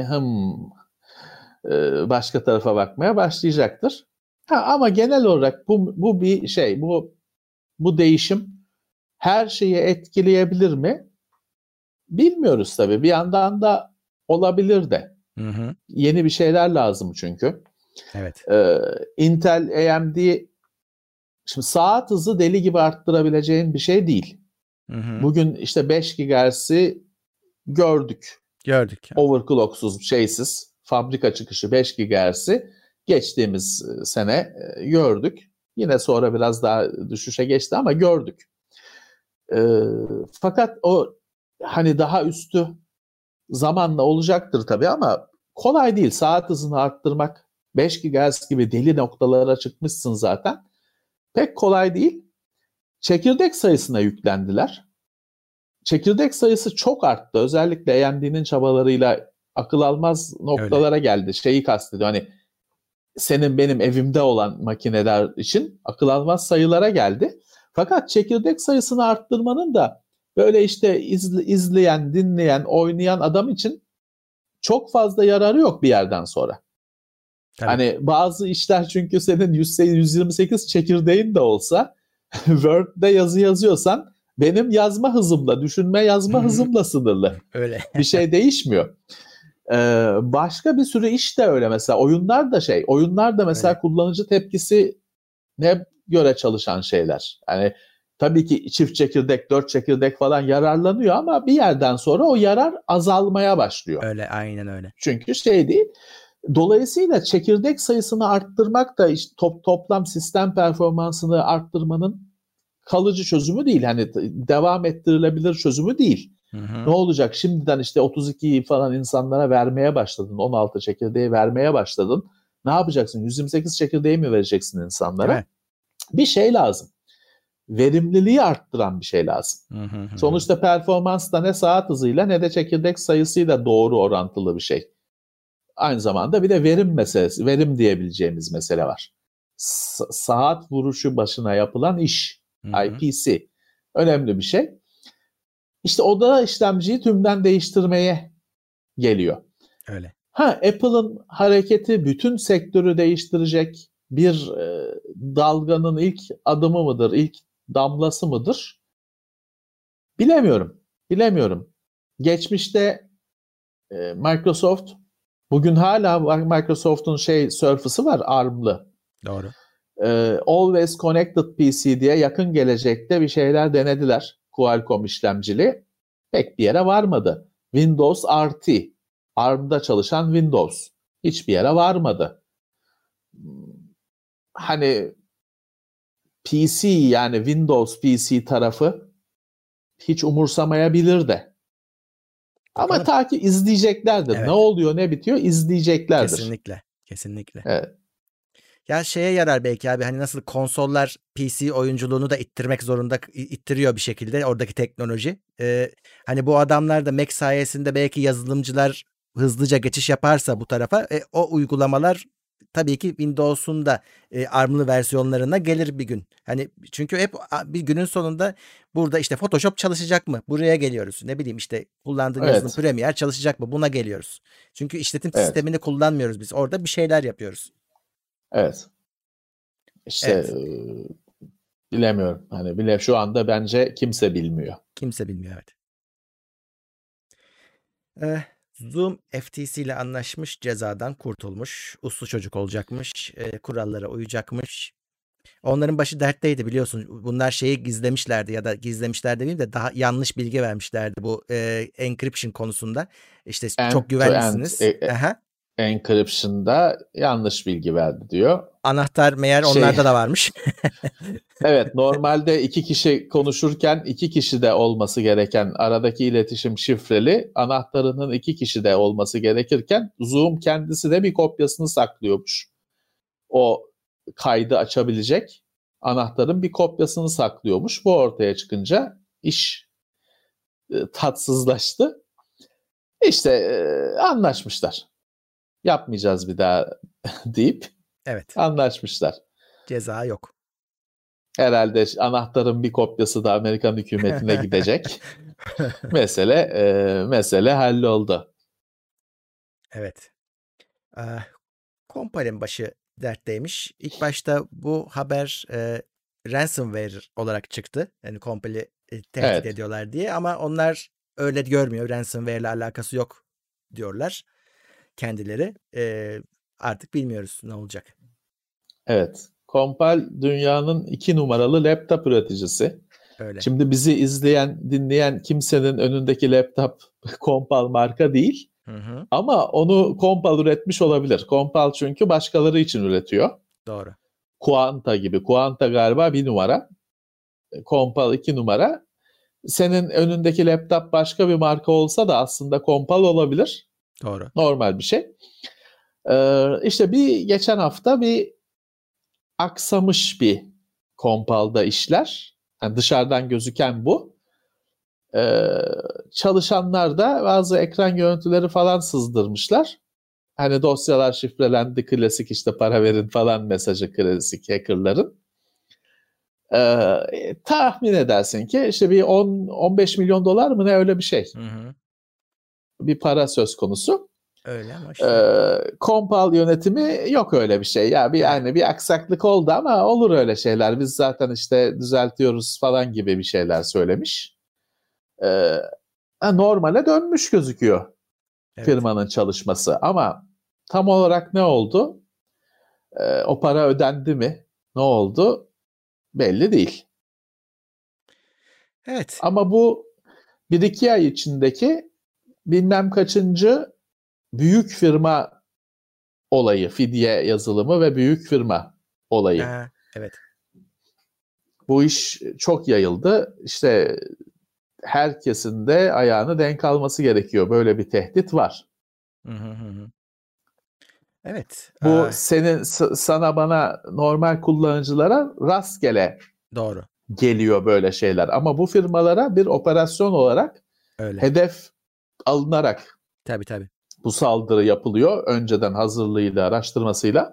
başka tarafa bakmaya başlayacaktır. Ama genel olarak bu bir şey, bu değişim her şeyi etkileyebilir mi? Bilmiyoruz tabii. Bir yandan da olabilir de. Hı. Yeni bir şeyler lazım çünkü. Evet. Intel, AMD şimdi saat hızı deli gibi arttırabileceğin bir şey değil. Hı. Bugün işte 5 GHz'i gördük. Gördük. Overclocksuz, şeysiz, fabrika çıkışı 5 GHz'i geçtiğimiz sene gördük. Yine sonra biraz daha düşüşe geçti ama gördük. Fakat o hani daha üstü zamanla olacaktır tabii ama kolay değil. Saat hızını arttırmak, 5 GHz gibi deli noktalara çıkmışsın zaten. Pek kolay değil. Çekirdek sayısına yüklendiler. Çekirdek sayısı çok arttı. Özellikle AMD'nin çabalarıyla akıl almaz noktalara geldi. Şeyi kastediyor, hani senin benim evimde olan makineler için akıl almaz sayılara geldi. Fakat çekirdek sayısını arttırmanın da böyle işte izleyen, dinleyen, oynayan adam için çok fazla yararı yok bir yerden sonra. Tabii. Hani bazı işler, çünkü senin 128 çekirdeğin de olsa Word'de yazı yazıyorsan benim yazma hızımla, düşünme yazma hızımla sınırlı. Öyle. Bir şey değişmiyor. Başka bir sürü iş de öyle mesela. Oyunlar da mesela öyle. Kullanıcı tepkisi ne göre çalışan şeyler. Yani tabii ki çift çekirdek, 4 çekirdek falan yararlanıyor ama bir yerden sonra o yarar azalmaya başlıyor. Öyle, aynen öyle. Çünkü değil. Dolayısıyla çekirdek sayısını arttırmak da işte toplam sistem performansını arttırmanın kalıcı çözümü değil. Hani devam ettirilebilir çözümü değil. Hı. Ne olacak? Şimdiden işte 32'yi falan insanlara vermeye başladın. 16 çekirdeği vermeye başladın. Ne yapacaksın? 128 çekirdeği mi vereceksin insanlara? Evet. Bir şey lazım. Verimliliği arttıran bir şey lazım. Hı. Sonuçta performans da ne saat hızıyla ne de çekirdek sayısıyla doğru orantılı bir şey. Aynı zamanda bir de verim meselesi, verim diyebileceğimiz mesele var. Saat vuruşu başına yapılan iş, IPC önemli bir şey. İşte o da işlemciyi tümden değiştirmeye geliyor. Öyle. Apple'ın hareketi bütün sektörü değiştirecek bir dalganın ilk adımı mıdır, ilk damlası mıdır? Bilemiyorum. Geçmişte Microsoft, bugün hala Microsoft'un Surface'ı var, ARM'lı. Doğru. Always Connected PC diye yakın gelecekte bir şeyler denediler. Qualcomm işlemcili. Pek bir yere varmadı. Windows RT, ARM'da çalışan Windows. Hiçbir yere varmadı. Hani PC yani Windows PC tarafı hiç umursamayabilir de. Ama Bakalım. ta ki izleyeceklerdir. Evet. Ne oluyor ne bitiyor izleyeceklerdir. Kesinlikle. Kesinlikle. Evet. Ya şeye yarar belki abi, hani nasıl konsollar PC oyunculuğunu da ittirmek zorunda, ittiriyor bir şekilde oradaki teknoloji. Hani bu adamlar da Mac sayesinde belki yazılımcılar hızlıca geçiş yaparsa bu tarafa, o uygulamalar tabii ki Windows'un da ARM'lı versiyonlarına gelir bir gün. Hani çünkü hep bir günün sonunda burada işte Photoshop çalışacak mı? Buraya geliyoruz. Ne bileyim işte kullandığın yazılım Evet. Premiere çalışacak mı? Buna geliyoruz. Çünkü işletim Evet. sistemini kullanmıyoruz biz. Orada bir şeyler yapıyoruz. Evet. İşte Evet. bilemiyorum. Hani bile şu anda bence kimse bilmiyor. Kimse bilmiyor, evet. Zoom FTC ile anlaşmış, cezadan kurtulmuş. Uslu çocuk olacakmış, kurallara uyacakmış. Onların başı dertteydi biliyorsun. Bunlar şeyi gizlemişlerdi, ya da gizlemişler demeyeyim de daha yanlış bilgi vermişlerdi bu encryption konusunda. İşte çok End-to-end güvenlisiniz. Aha. encryption'da yanlış bilgi verdi diyor. Anahtar meğer onlarda da varmış. Evet, normalde iki kişi konuşurken iki kişi de olması gereken aradaki iletişim şifreli, anahtarının iki kişi de olması gerekirken Zoom kendisi de bir kopyasını saklıyormuş. O kaydı açabilecek anahtarın bir kopyasını saklıyormuş. Bu ortaya çıkınca iş tatsızlaştı. İşte anlaşmışlar. Yapmayacağız bir daha deyip Evet. anlaşmışlar. Ceza yok. Herhalde anahtarın bir kopyası da Amerikan hükümetine gidecek. Mesele halloldu. Evet. Compal'in başı dertteymiş. İlk başta bu haber ransomware olarak çıktı. Yani Compal'i tehdit ediyorlar diye, ama onlar öyle görmüyor. Ransomware ile alakası yok diyorlar kendileri. Artık bilmiyoruz ne olacak. Evet. Compal dünyanın 2 numaralı laptop üreticisi. Öyle. Şimdi bizi izleyen, dinleyen kimsenin önündeki laptop Compal marka değil. Hı. Ama onu Compal üretmiş olabilir. Compal çünkü başkaları için üretiyor. Doğru. Quanta gibi. Quanta galiba 1 numara. Compal 2 numara. Senin önündeki laptop başka bir marka olsa da aslında Compal olabilir. Doğru. Normal bir şey. İşte geçen hafta bir aksamış bir Compal'da işler. Yani dışarıdan gözüken bu. Çalışanlar da bazı ekran görüntüleri falan sızdırmışlar. Hani dosyalar şifrelendi, klasik işte para verin falan mesajı, klasik hackerların. Tahmin edersin ki işte bir 10-15 milyon dolar mı ne, öyle bir şey. Hı. Bir para söz konusu. Öyle ama işte. Compal yönetimi yok öyle bir şey. Ya yani bir aksaklık oldu ama olur öyle şeyler. Biz zaten işte düzeltiyoruz falan gibi bir şeyler söylemiş. Normale dönmüş gözüküyor firmanın çalışması. Ama tam olarak ne oldu? O para ödendi mi? Ne oldu? Belli değil. Evet. Ama bu 1-2 ay içindeki bilmem kaçıncı büyük firma olayı, fidye yazılımı ve büyük firma olayı. Evet. Bu iş çok yayıldı. İşte herkesin de ayağını denk alması gerekiyor. Böyle bir tehdit var. Hı. Evet. Bu sana bana normal kullanıcılara rastgele Doğru. geliyor böyle şeyler. Ama bu firmalara bir operasyon olarak Öyle. hedef alınarak Tabii. bu saldırı yapılıyor. Önceden hazırlığıyla, araştırmasıyla.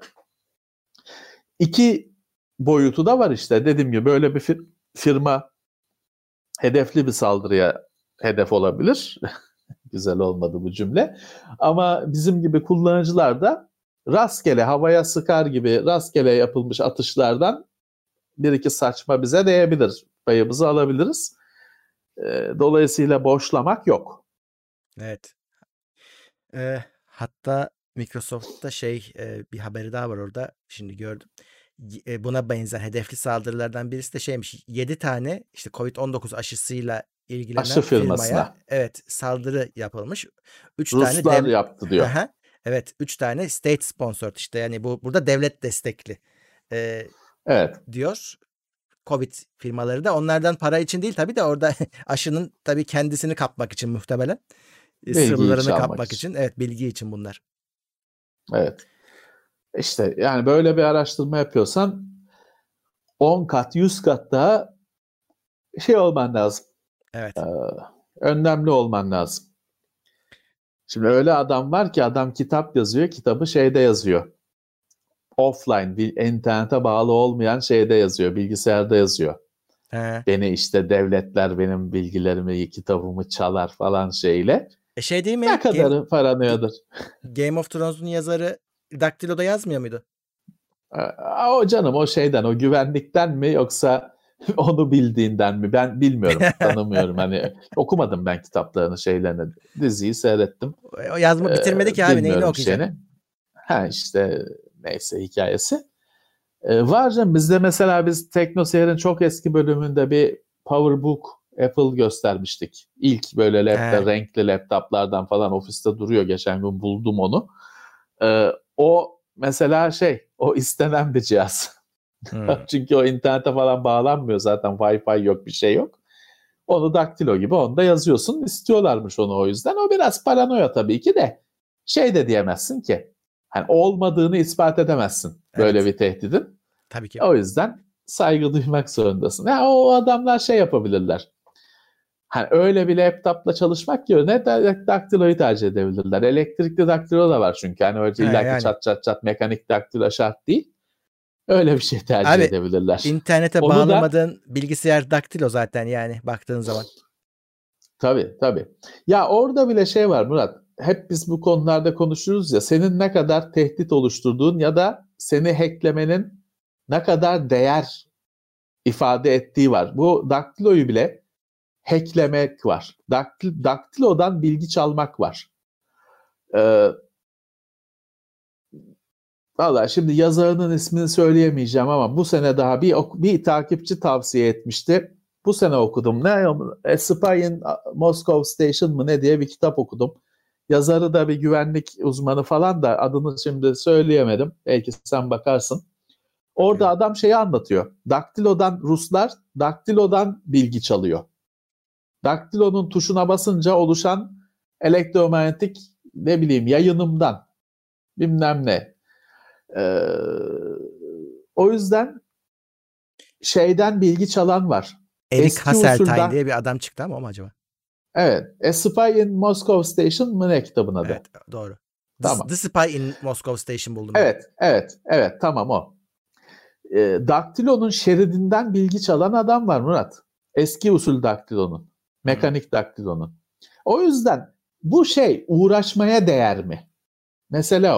2 boyutu da var işte. Dediğim gibi böyle bir firma hedefli bir saldırıya hedef olabilir. Güzel olmadı bu cümle. Ama bizim gibi kullanıcılar da rastgele havaya sıkar gibi rastgele yapılmış atışlardan bir iki saçma bize değebilir. Payımızı alabiliriz. Dolayısıyla boşlamak yok. Evet. Hatta Microsoft'ta bir haberi daha var orada. Şimdi gördüm. Buna benzer hedefli saldırılardan birisi de şeymiş. 7 tane işte COVID-19 aşısıyla ilgilenen Aşı firmaya firmasına. Saldırı yapılmış. 3 tane Ruslar yaptı diyor. Evet, 3 tane state sponsored, işte yani burada devlet destekli Evet. diyor. Covid firmaları da onlardan para için değil tabii de orada aşının tabii kendisini kapmak için muhtemelen. Bilgiyi Sırlarını çalmak kapmak için. Evet, bilgi için bunlar. Evet. İşte yani böyle bir araştırma yapıyorsan 10 kat, 100 kat daha şey olman lazım. Evet. Önlemli olman lazım. Şimdi öyle adam var ki adam kitap yazıyor, kitabı şeyde yazıyor. Offline, internete bağlı olmayan şeyde yazıyor, bilgisayarda yazıyor. He. Beni işte devletler benim bilgilerimi, kitabımı çalar falan şeyle. Şey değil mi? Ne kadarı paranoyadır. Game of Thrones'un yazarı Daktilo'da yazmıyor muydu? O canım o şeyden, o güvenlikten mi yoksa onu bildiğinden mi? Ben bilmiyorum, tanımıyorum. Hani okumadım ben kitaplarını, şeylerini. Diziyi seyrettim. O yazma bitirmedi ki abi, neyini okuyacak? Şeyini. Ha işte neyse hikayesi. Var canım bizde mesela biz TeknoSeyir'in çok eski bölümünde bir PowerBook Apple göstermiştik. İlk böyle renkli laptoplardan falan ofiste duruyor. Geçen gün buldum onu. O mesela o istenen bir cihaz. Çünkü o internete falan bağlanmıyor zaten, Wi-Fi yok, bir şey yok. Onu daktilo gibi onda yazıyorsun, istiyorlarmış onu o yüzden. O biraz paranoya tabii ki de de diyemezsin ki. Hani olmadığını ispat edemezsin böyle bir tehdidin. Tabii ki. O yüzden saygı duymak zorundasın. Ya o adamlar yapabilirler. Hani öyle bir laptopla çalışmak yerine daktiloyu tercih edebilirler. Elektrikli daktilo da var çünkü. Hani öyle illaki çat mekanik daktilo şart değil. Öyle bir şey tercih edebilirler. İnternete onu bağlamadığın bilgisayar daktilo zaten yani baktığın zaman. Tabii. Ya orada bile var Murat. Hep biz bu konularda konuşuruz ya. Senin ne kadar tehdit oluşturduğun ya da seni hacklemenin ne kadar değer ifade ettiği var. Bu daktiloyu bile hacklemek var. Daktilodan bilgi çalmak var. Vallahi şimdi yazarının ismini söyleyemeyeceğim ama bu sene daha bir takipçi tavsiye etmişti. Bu sene okudum. A Spy in Moscow Station mı ne diye bir kitap okudum. Yazarı da bir güvenlik uzmanı falan da, adını şimdi söyleyemedim. Belki sen bakarsın. Orada adam anlatıyor. Ruslar daktilodan bilgi çalıyor. Daktilonun tuşuna basınca oluşan elektromanyetik yayınımdan bilmem ne. O yüzden bilgi çalan var. Eric Hasseltine diye bir adam çıktı ama o mu acaba? Evet. A Spy in Moscow Station mı ne kitabın adı? Evet, doğru. Tamam. The Spy in Moscow Station buldum. Evet, tamam o. Daktilonun şeridinden bilgi çalan adam var Murat. Eski usul daktilonun. Mekanik daktilonun. O yüzden bu uğraşmaya değer mi? Mesele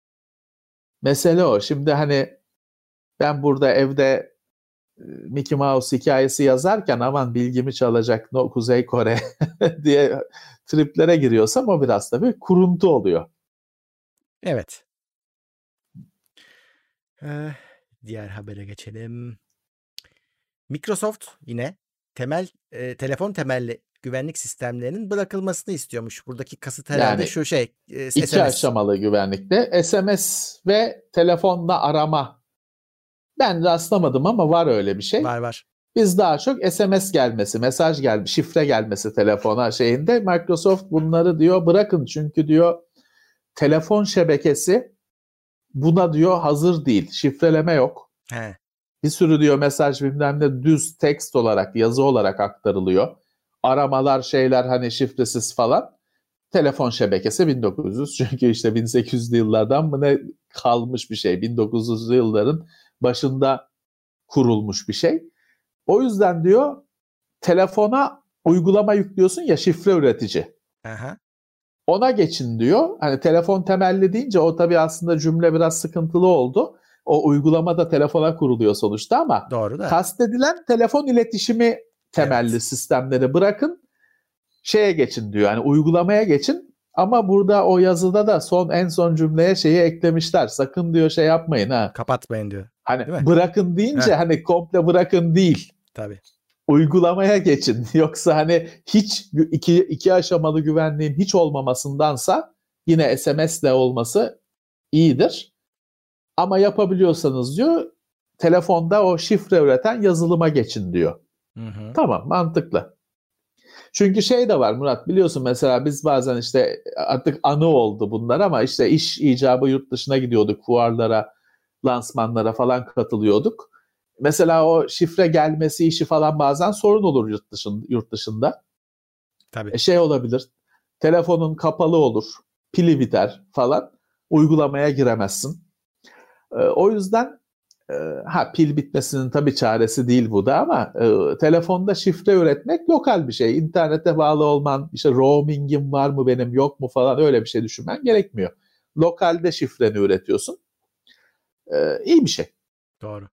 o. Şimdi hani ben burada evde Mickey Mouse hikayesi yazarken aman bilgimi çalacak Kuzey Kore diye triplere giriyorsam o biraz tabii kuruntu oluyor. Evet. Diğer habere geçelim. Microsoft yine telefon temelli güvenlik sistemlerinin bırakılmasını istiyormuş. Buradaki kasıt herhalde şu SMS. 2 aşamalı güvenlikte SMS ve telefonla arama. Ben rastlamadım ama var öyle bir şey. Var. Biz daha çok SMS gelmesi, mesaj şifre gelmesi telefona Microsoft bunları diyor bırakın çünkü diyor telefon şebekesi buna diyor hazır değil. Şifreleme yok. Bir sürü diyor mesaj bilmem ne düz text olarak, yazı olarak aktarılıyor. Aramalar hani şifresiz falan. Telefon şebekesi 1900 çünkü 1800'lü yıllardan mı ne kalmış bir şey. 1900'lü yılların başında kurulmuş bir şey. O yüzden diyor telefona uygulama yüklüyorsun ya, şifre üretici. Ona geçin diyor. Hani telefon temelli deyince o tabii aslında cümle biraz sıkıntılı oldu. O uygulama da telefona kuruluyor sonuçta ama doğru da. Kastedilen telefon iletişimi temelli sistemleri bırakın. Geçin diyor. Yani uygulamaya geçin. Ama burada o yazıda da en son cümleye eklemişler. Sakın diyor yapmayın ha. Kapatmayın diyor. Hani bırakın deyince hani komple bırakın değil. Tabii. Uygulamaya geçin. Yoksa hani hiç iki aşamalı güvenliğin hiç olmamasındansa yine SMS'le olması iyidir. Ama yapabiliyorsanız diyor telefonda o şifre üreten yazılıma geçin diyor. Tamam, mantıklı. Çünkü şey de var Murat, biliyorsun mesela biz bazen işte artık anı oldu bunlar ama işte iş icabı yurt dışına gidiyorduk, fuarlara, lansmanlara falan katılıyorduk. Mesela o şifre gelmesi işi falan bazen sorun olur yurt dışında. Tabii. Şey olabilir, telefonun kapalı olur, pili biter falan, uygulamaya giremezsin. O yüzden pil bitmesinin tabii çaresi değil bu da ama telefonda şifre üretmek lokal bir şey. İnternete bağlı olman, işte roaming'im var mı benim yok mu falan, öyle bir şey düşünmen gerekmiyor. Lokalde şifreni üretiyorsun. İyi bir şey. Doğru.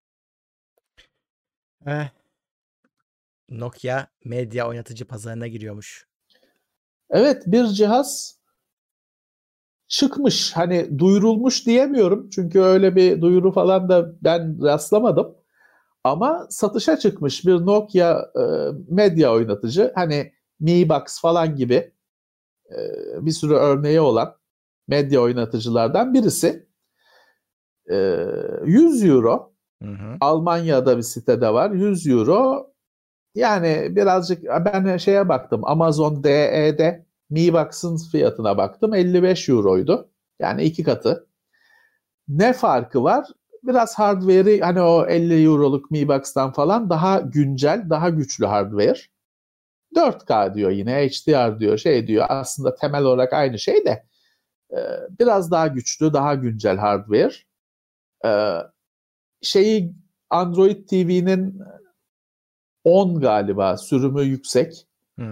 Nokia medya oynatıcı pazarına giriyormuş. Evet, bir cihaz çıkmış. Hani duyurulmuş diyemiyorum. Çünkü öyle bir duyuru falan da ben rastlamadım. Ama satışa çıkmış bir Nokia medya oynatıcı. Hani Mi Box falan gibi bir sürü örneği olan medya oynatıcılardan birisi. 100 euro. Almanya'da bir sitede var. 100 euro. Yani birazcık ben şeye baktım. Amazon DE'de Mi Box'ın fiyatına baktım. 55 euroydu. Yani 2 katı. Ne farkı var? Biraz hardware'i, hani o 50 euroluk Mi Box'tan falan daha güncel, daha güçlü hardware. 4K diyor, yine HDR diyor, şey diyor. Aslında temel olarak aynı şey de biraz daha güçlü, daha güncel hardware. Android TV'nin 10 galiba sürümü yüksek.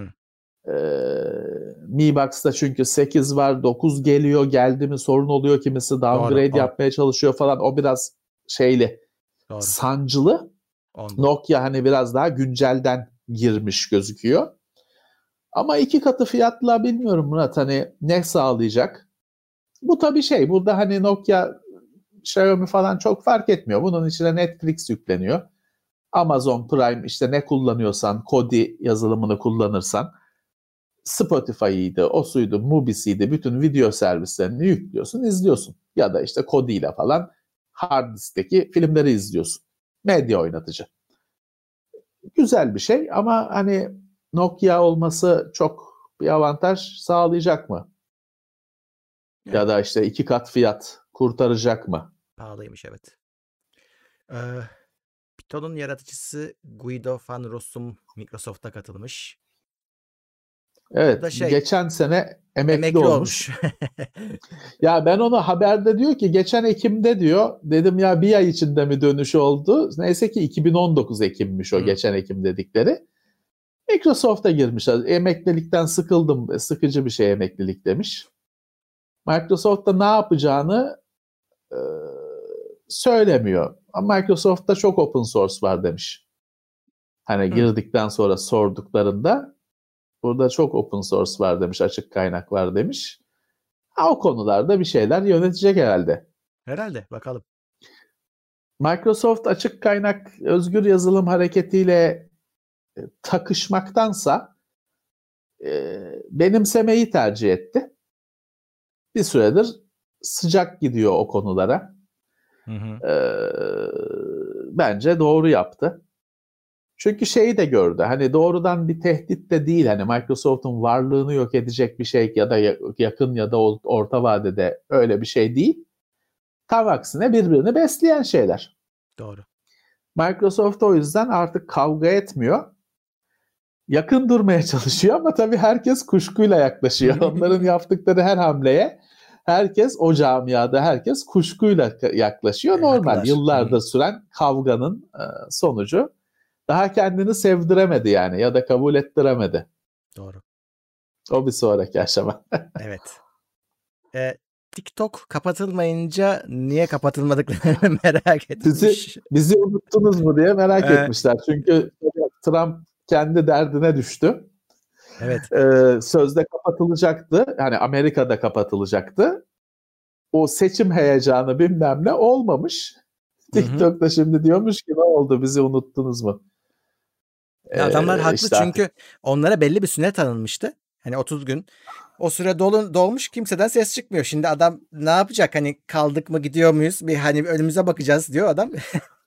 Mi Box'ta çünkü 8 var, 9 geliyor, geldi mi sorun oluyor, kimisi downgrade yapmaya çalışıyor falan, o biraz şeyli, sancılı. Nokia hani biraz daha güncelden girmiş gözüküyor. Ama 2 katı fiyatla bilmiyorum Murat, hani ne sağlayacak? Bu tabii burada hani Nokia, Xiaomi falan çok fark etmiyor. Bunun içine Netflix yükleniyor. Amazon Prime, işte ne kullanıyorsan, Kodi yazılımını kullanırsan, Spotify'ıydı, o suydu, Mubi'siydi, bütün video servislerini yüklüyorsun, izliyorsun. Ya da işte Kodi ile falan hard diskteki filmleri izliyorsun. Medya oynatıcı. Güzel bir şey ama hani Nokia olması çok bir avantaj sağlayacak mı? Evet. Ya da işte 2 kat fiyat kurtaracak mı? Pahalıymış, evet. Python'un yaratıcısı Guido van Rossum Microsoft'a katılmış. Evet, geçen sene emekli olmuş. Ya ben onu haberde diyor ki geçen Ekim'de diyor. Dedim ya bir ay içinde mi dönüş oldu? Neyse ki 2019 Ekim'miş o geçen Ekim dedikleri. Microsoft'a girmiş. Emeklilikten sıkıldım. Sıkıcı bir şey emeklilik demiş. Microsoft'ta ne yapacağını söylemiyor. Ama Microsoft'ta çok open source var demiş. Hani girdikten sonra sorduklarında burada çok open source var demiş, açık kaynak var demiş. O konularda bir şeyler yönetecek herhalde. Herhalde, bakalım. Microsoft açık kaynak özgür yazılım hareketiyle takışmaktansa benimsemeyi tercih etti. Bir süredir sıcak gidiyor o konulara. Bence doğru yaptı. Çünkü şeyi de gördü. Hani doğrudan bir tehdit de değil. Hani Microsoft'un varlığını yok edecek bir şey ya da yakın ya da orta vadede öyle bir şey değil. Tam aksine birbirini besleyen şeyler. Doğru. Microsoft o yüzden artık kavga etmiyor. Yakın durmaya çalışıyor ama tabii herkes kuşkuyla yaklaşıyor. Onların yaptıkları her hamleye herkes, o camiada herkes kuşkuyla yaklaşıyor. Normal. Yıllardır süren kavganın sonucu. Daha kendini sevdiremedi yani ya da kabul ettiremedi. Doğru. O bir sonraki aşama. Evet. TikTok kapatılmayınca niye kapatılmadıklarını merak etmiş. Bizi unuttunuz mu diye merak etmişler. Çünkü Trump kendi derdine düştü. Evet. Sözde kapatılacaktı. Yani Amerika'da kapatılacaktı. O seçim heyecanı bilmem ne olmamış. TikTok da şimdi diyormuş ki ne oldu, bizi unuttunuz mu? Adamlar haklı işte çünkü onlara belli bir süre tanınmıştı. Hani 30 gün. O süre dolmuş, kimseden ses çıkmıyor. Şimdi adam ne yapacak? Hani kaldık mı, gidiyor muyuz? Bir hani önümüze bakacağız diyor adam.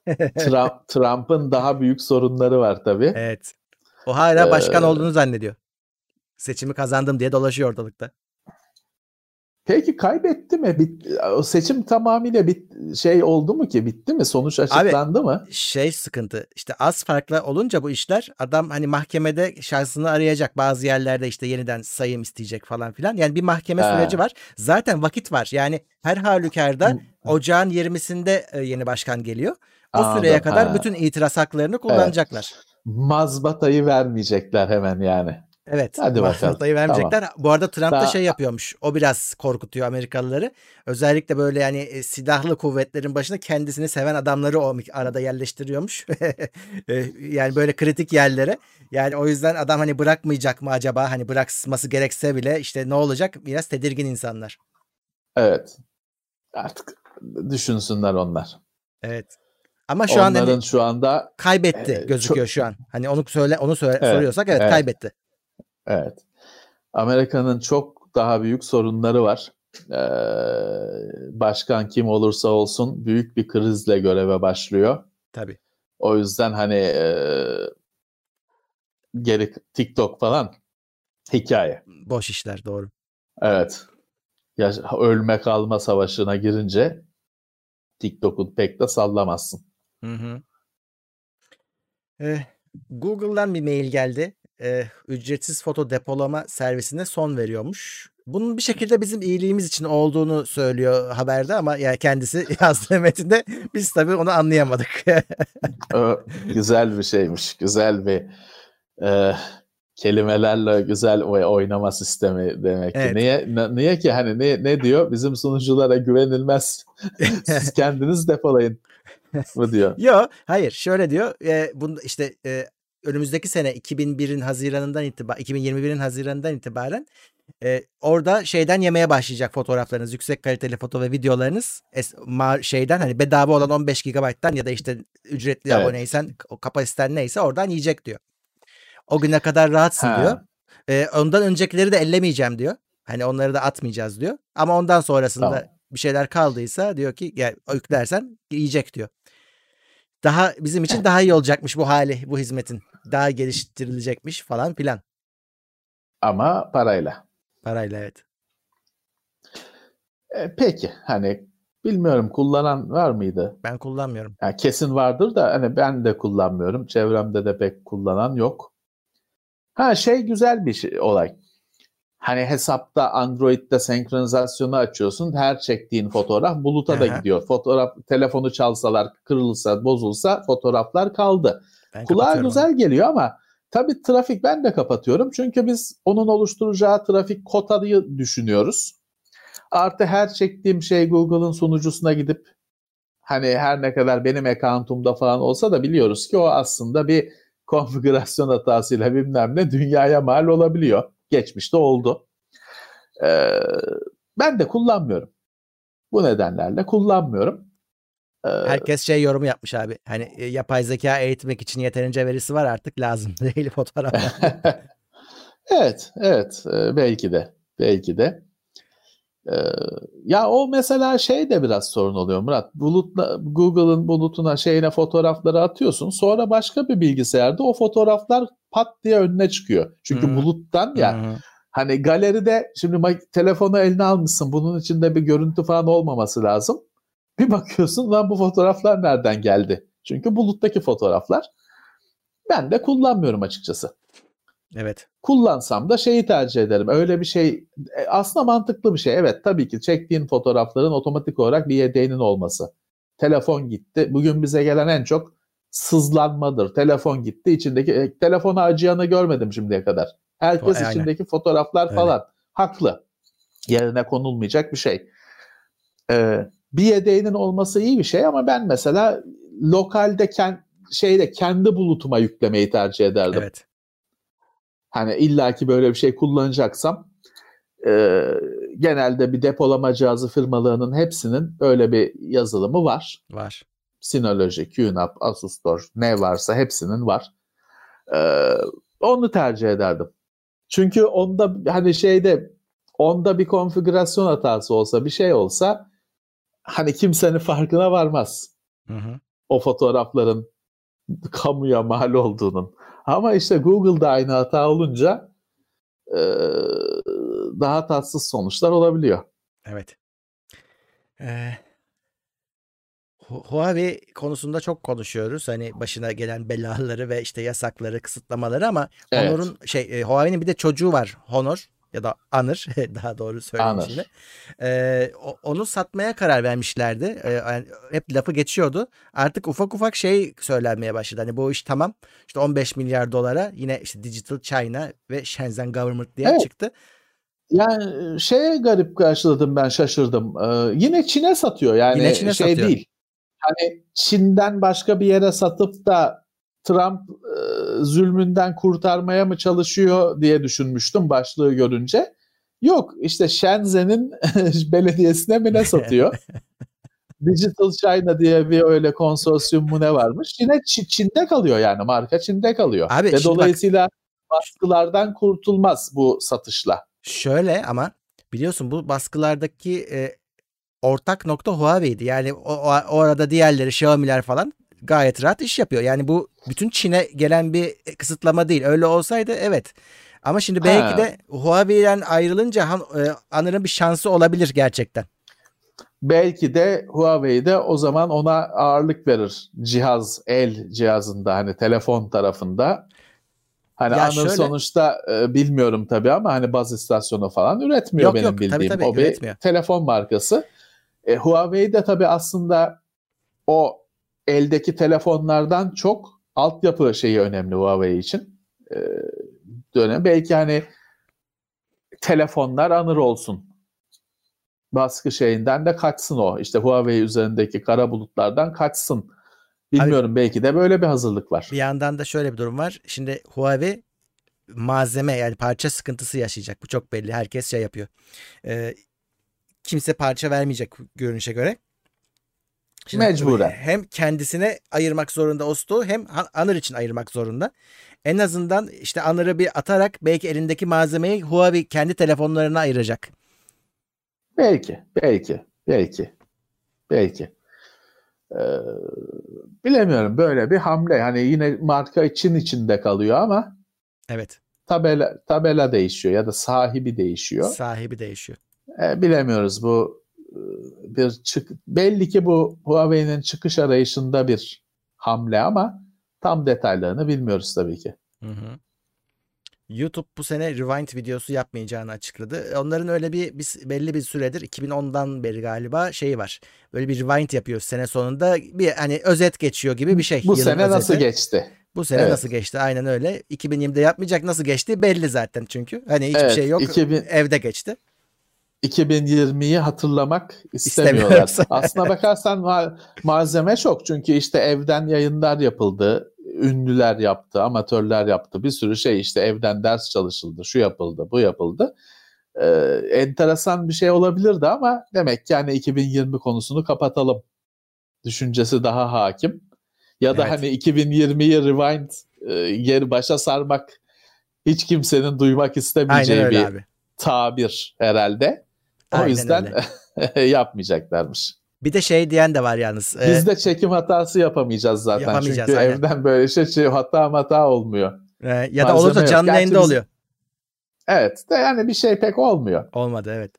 Trump'ın daha büyük sorunları var tabii. Evet. O hala başkan Ee, olduğunu zannediyor. Seçimi kazandım diye dolaşıyor ortalıkta. Peki kaybetti mi? O seçim tamamıyla şey oldu mu ki? Bitti mi? Sonuç açıklandı mı? Şey sıkıntı. İşte az farklı olunca bu işler adam hani mahkemede şahsını arayacak. Bazı yerlerde işte yeniden sayım isteyecek falan filan. Yani bir mahkeme süreci var. Zaten vakit var. Yani her halükarda ocağın 20'sinde yeni başkan geliyor. O süreye Anladım. kadar bütün itiraz haklarını Evet. kullanacaklar. Mazbatayı vermeyecekler hemen yani. Evet. Hadi bakalım. Mazbatayı vermeyecekler. Tamam. Bu arada Trump da Daha- şey yapıyormuş. O biraz korkutuyor Amerikalıları. Özellikle böyle yani silahlı kuvvetlerin başına kendisini seven adamları o arada yerleştiriyormuş. Yani böyle kritik yerlere. Yani o yüzden adam hani bırakmayacak mı acaba? Hani bırakması gerekse bile işte ne olacak? Biraz tedirgin insanlar. Evet. Artık düşünsünler onlar. Evet. Ama şu an Onların hani şu anda kaybetti gözüküyor şu an. Hani onu soruyorsak evet kaybetti. Evet. Amerika'nın çok daha büyük sorunları var. Başkan kim olursa olsun büyük bir krizle göreve başlıyor. Tabii. O yüzden hani geri TikTok falan hikaye. Boş işler doğru. Evet. Ya, ölme kalma savaşına girince TikTok'u pek de sallamazsın. Hı hı. Google'dan bir mail geldi. Ücretsiz foto depolama servisine son veriyormuş. Bunun bir şekilde bizim iyiliğimiz için olduğunu söylüyor haberde ama yani kendisi yazdığı metinde biz tabii onu anlayamadık. Güzel bir şeymiş. Güzel bir kelimelerle güzel oynama sistemi demek ki. Evet. Niye ki hani ne diyor? Bizim sunuculara güvenilmez. Siz kendiniz depolayın mı diyor. Yok, hayır. Şöyle diyor. Bunu işte önümüzdeki sene 2021'in Haziran'dan itibaren orada şeyden yemeye başlayacak fotoğraflarınız, yüksek kaliteli foto ve videolarınız şeyden hani bedava olan 15 GB'dan ya da işte ücretli aboneysen o kapasiten neyse oradan yiyecek diyor. O güne kadar rahatsın diyor. Ondan öncekileri de ellemeyeceğim diyor. Hani onları da atmayacağız diyor. Ama ondan sonrasında bir şeyler kaldıysa diyor ki gel yüklersen yiyecek diyor. Daha bizim için daha iyi olacakmış bu hali, bu hizmetin. Daha geliştirilecekmiş falan filan. Ama parayla. Parayla evet. Peki hani bilmiyorum kullanan var mıydı? Ben kullanmıyorum. Yani kesin vardır da hani ben de kullanmıyorum. Çevremde de pek kullanan yok. Güzel bir olay. Hani hesapta Android'de senkronizasyonu açıyorsun. Her çektiğin fotoğraf buluta da gidiyor. Telefonu çalsalar, kırılsa, bozulsa fotoğraflar kaldı. Kulağa güzel geliyor ama tabii trafik ben de kapatıyorum. Çünkü biz onun oluşturacağı trafik kotayı düşünüyoruz. Artı her çektiğim şey Google'ın sunucusuna gidip hani her ne kadar benim account'umda falan olsa da biliyoruz ki o aslında bir konfigürasyon hatasıyla bilmem ne dünyaya mal olabiliyor. Geçmişte oldu. Ben de kullanmıyorum. Bu nedenlerle kullanmıyorum. Herkes yorumu yapmış abi. Hani yapay zeka eğitmek için yeterince verisi var artık lazım değil fotoğraflar. Evet. Belki de. Ya o mesela de biraz sorun oluyor Murat. Google'ın bulutuna fotoğrafları atıyorsun. Sonra başka bir bilgisayarda o fotoğraflar pat diye önüne çıkıyor. Çünkü buluttan ya. Hani galeride şimdi telefonu eline almışsın. Bunun içinde bir görüntü falan olmaması lazım. Bir bakıyorsun lan bu fotoğraflar nereden geldi? Çünkü buluttaki fotoğraflar. Ben de kullanmıyorum açıkçası. Evet. Kullansam da tercih ederim. Öyle bir şey aslında mantıklı bir şey. Evet tabii ki çektiğin fotoğrafların otomatik olarak bir yedeğinin olması. Telefon gitti. Bugün bize gelen en çok sızlanmadır. Telefon gitti. İçindeki telefona acıyanı görmedim şimdiye kadar. Herkes içindeki fotoğraflar falan. Haklı. Yerine konulmayacak bir şey. Bir yedeğinin olması iyi bir şey ama ben mesela lokalde kendi bulutuma yüklemeyi tercih ederdim. Evet. Hani illaki böyle bir şey kullanacaksam genelde bir depolama cihazı firmalarının hepsinin öyle bir yazılımı var. Var. Synology, QNAP, Asus Store ne varsa hepsinin var. Onu tercih ederdim. Çünkü onda hani onda bir konfigürasyon hatası olsa bir şey olsa hani kimsenin farkına varmaz. Hı. o fotoğrafların kamuya mal olduğunun. Ama işte Google'da aynı hata olunca daha tatsız sonuçlar olabiliyor. Evet. Huawei konusunda çok konuşuyoruz. Hani başına gelen belaları ve işte yasakları, kısıtlamaları ama Evet. Honor'un Huawei'nin bir de çocuğu var. Honor ya da Honor daha doğru söyleyeyim Honor. şimdi. Onu satmaya karar vermişlerdi. Yani hep lafı geçiyordu. Artık ufak ufak şey söylenmeye başladı. Hani bu iş tamam. İşte 15 milyar dolara yine işte Digital China ve Shenzhen Government diye Evet. çıktı. Yani garip karşıladım, ben şaşırdım. Yine Çin'e satıyor yani, Yine Çin'e satıyor. değil. Hani Çin'den başka bir yere satıp da Trump zulmünden kurtarmaya mı çalışıyor diye düşünmüştüm başlığı görünce. Yok, işte Shenzhen'in belediyesine mi ne satıyor? Digital China diye bir öyle konsorsiyum mu ne varmış? Yine Çin'de kalıyor yani, marka Çin'de kalıyor. Abi, ve dolayısıyla baskılardan kurtulmaz bu satışla. Şöyle ama biliyorsun bu baskılardaki ortak nokta Huawei'ydi. Yani o arada diğerleri Xiaomi'ler falan gayet rahat iş yapıyor. Yani bu bütün Çin'e gelen bir kısıtlama değil. Öyle olsaydı evet. Ama şimdi belki de Huawei'den ayrılınca Honor'ın bir şansı olabilir gerçekten. Belki de Huawei de o zaman ona ağırlık verir. El cihazında, hani telefon tarafında. Hani Honor sonuçta bilmiyorum tabii ama hani baz istasyonu falan üretmiyor, benim bildiğim. Tabii, o bir üretmiyor. Telefon markası. Huawei de tabii aslında o eldeki telefonlardan çok altyapı şeyi önemli Huawei için. Belki hani telefonlar Honor olsun, baskı şeyinden de kaçsın o. İşte Huawei üzerindeki kara bulutlardan kaçsın. Bilmiyorum, belki de böyle bir hazırlık var. Bir yandan da şöyle bir durum var. Şimdi Huawei malzeme, yani parça sıkıntısı yaşayacak. Bu çok belli. Herkes şey yapıyor. Kimse parça vermeyecek görünüşe göre. Şimdi Mecburen. Hem kendisine ayırmak zorunda o stoğu, hem Honor için ayırmak zorunda. En azından işte Honor'ı bir atarak belki elindeki malzemeyi Huawei kendi telefonlarına ayıracak. Belki. Bilemiyorum, böyle bir hamle. Hani yine marka içinde kalıyor ama evet, tabela değişiyor ya da sahibi değişiyor. Bilemiyoruz, bu belli ki bu Huawei'nin çıkış arayışında bir hamle ama tam detaylarını bilmiyoruz tabii ki. Hı. YouTube bu sene Rewind videosu yapmayacağını açıkladı. Onların öyle belli bir süredir, 2010'dan beri galiba şeyi var. Böyle bir Rewind yapıyor sene sonunda, bir hani özet geçiyor gibi bir şey. Bu sene nasıl geçti? Bu sene nasıl geçti? Aynen öyle. 2020'de yapmayacak, nasıl geçti belli zaten çünkü. Hani hiçbir şey yok. Evde geçti. 2020'yi hatırlamak istemiyorlar. Aslına bakarsan malzeme çok. Çünkü işte evden yayınlar yapıldı. Ünlüler yaptı, amatörler yaptı. Bir sürü şey, işte evden ders çalışıldı. Şu yapıldı, bu yapıldı. Enteresan bir şey olabilirdi ama demek ki yani 2020 konusunu kapatalım düşüncesi daha hakim. Ya da hani 2020'yi rewind, geri başa sarmak hiç kimsenin duymak istemeyeceği bir tabir herhalde. O yüzden yapmayacaklarmış. Bir de şey diyen de var yalnız. Biz de çekim hatası yapamayacağız zaten. Çünkü evden böyle hata olmuyor. Ya da olursa canlı yayında oluyor. Evet de yani bir şey pek olmuyor. Olmadı, evet.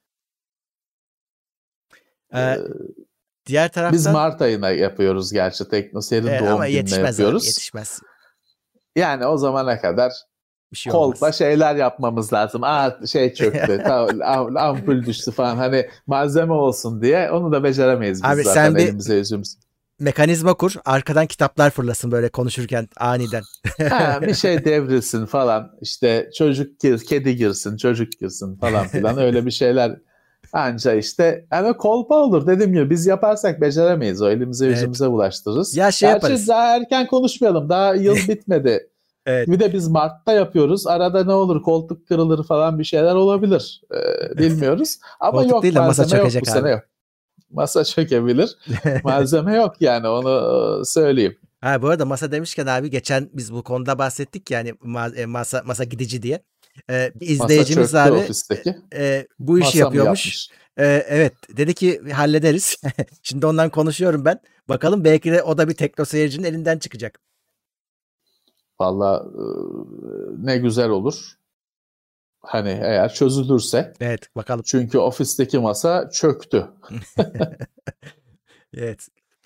Diğer taraftan biz Mart ayına yapıyoruz gerçi, TeknoSeyir'in doğum gününe yapıyoruz. Yetişmez. Yani o zamana kadar kolpa şeyler yapmamız lazım. Çöktü, ampul düştü falan, hani malzeme olsun diye, onu da beceremeyiz biz abi, zaten, sen elimize yüzümüz. Mekanizma kur, arkadan kitaplar fırlasın böyle konuşurken aniden. Bir şey devrilsin falan, işte kedi girsin, çocuk girsin falan filan, öyle bir şeyler. Anca işte yani kolpa olur, dedim ya, biz yaparsak beceremeyiz, o elimize yüzümüze bulaştırırız. Ya yaparız. Daha erken konuşmayalım, daha yıl bitmedi. Evet. Bir de biz Mart'ta yapıyoruz, arada ne olur, koltuk kırılır falan, bir şeyler olabilir, bilmiyoruz. Ama koltuk yok, değil de malzeme yok bu abi. sene, yok. Masa çökebilir, malzeme yok yani, onu söyleyeyim. Bu arada masa demişken abi, geçen biz bu konuda bahsettik yani, masa gidici diye. Bir izleyicimiz masa abi ofisteki. Bu işi yapıyormuş. Evet, dedi ki hallederiz. Şimdi ondan konuşuyorum ben. Bakalım belki de o da bir tekno seyircinin elinden çıkacak. Valla ne güzel olur. Hani eğer çözülürse. Evet, bakalım. Çünkü ofisteki masa çöktü. Evet.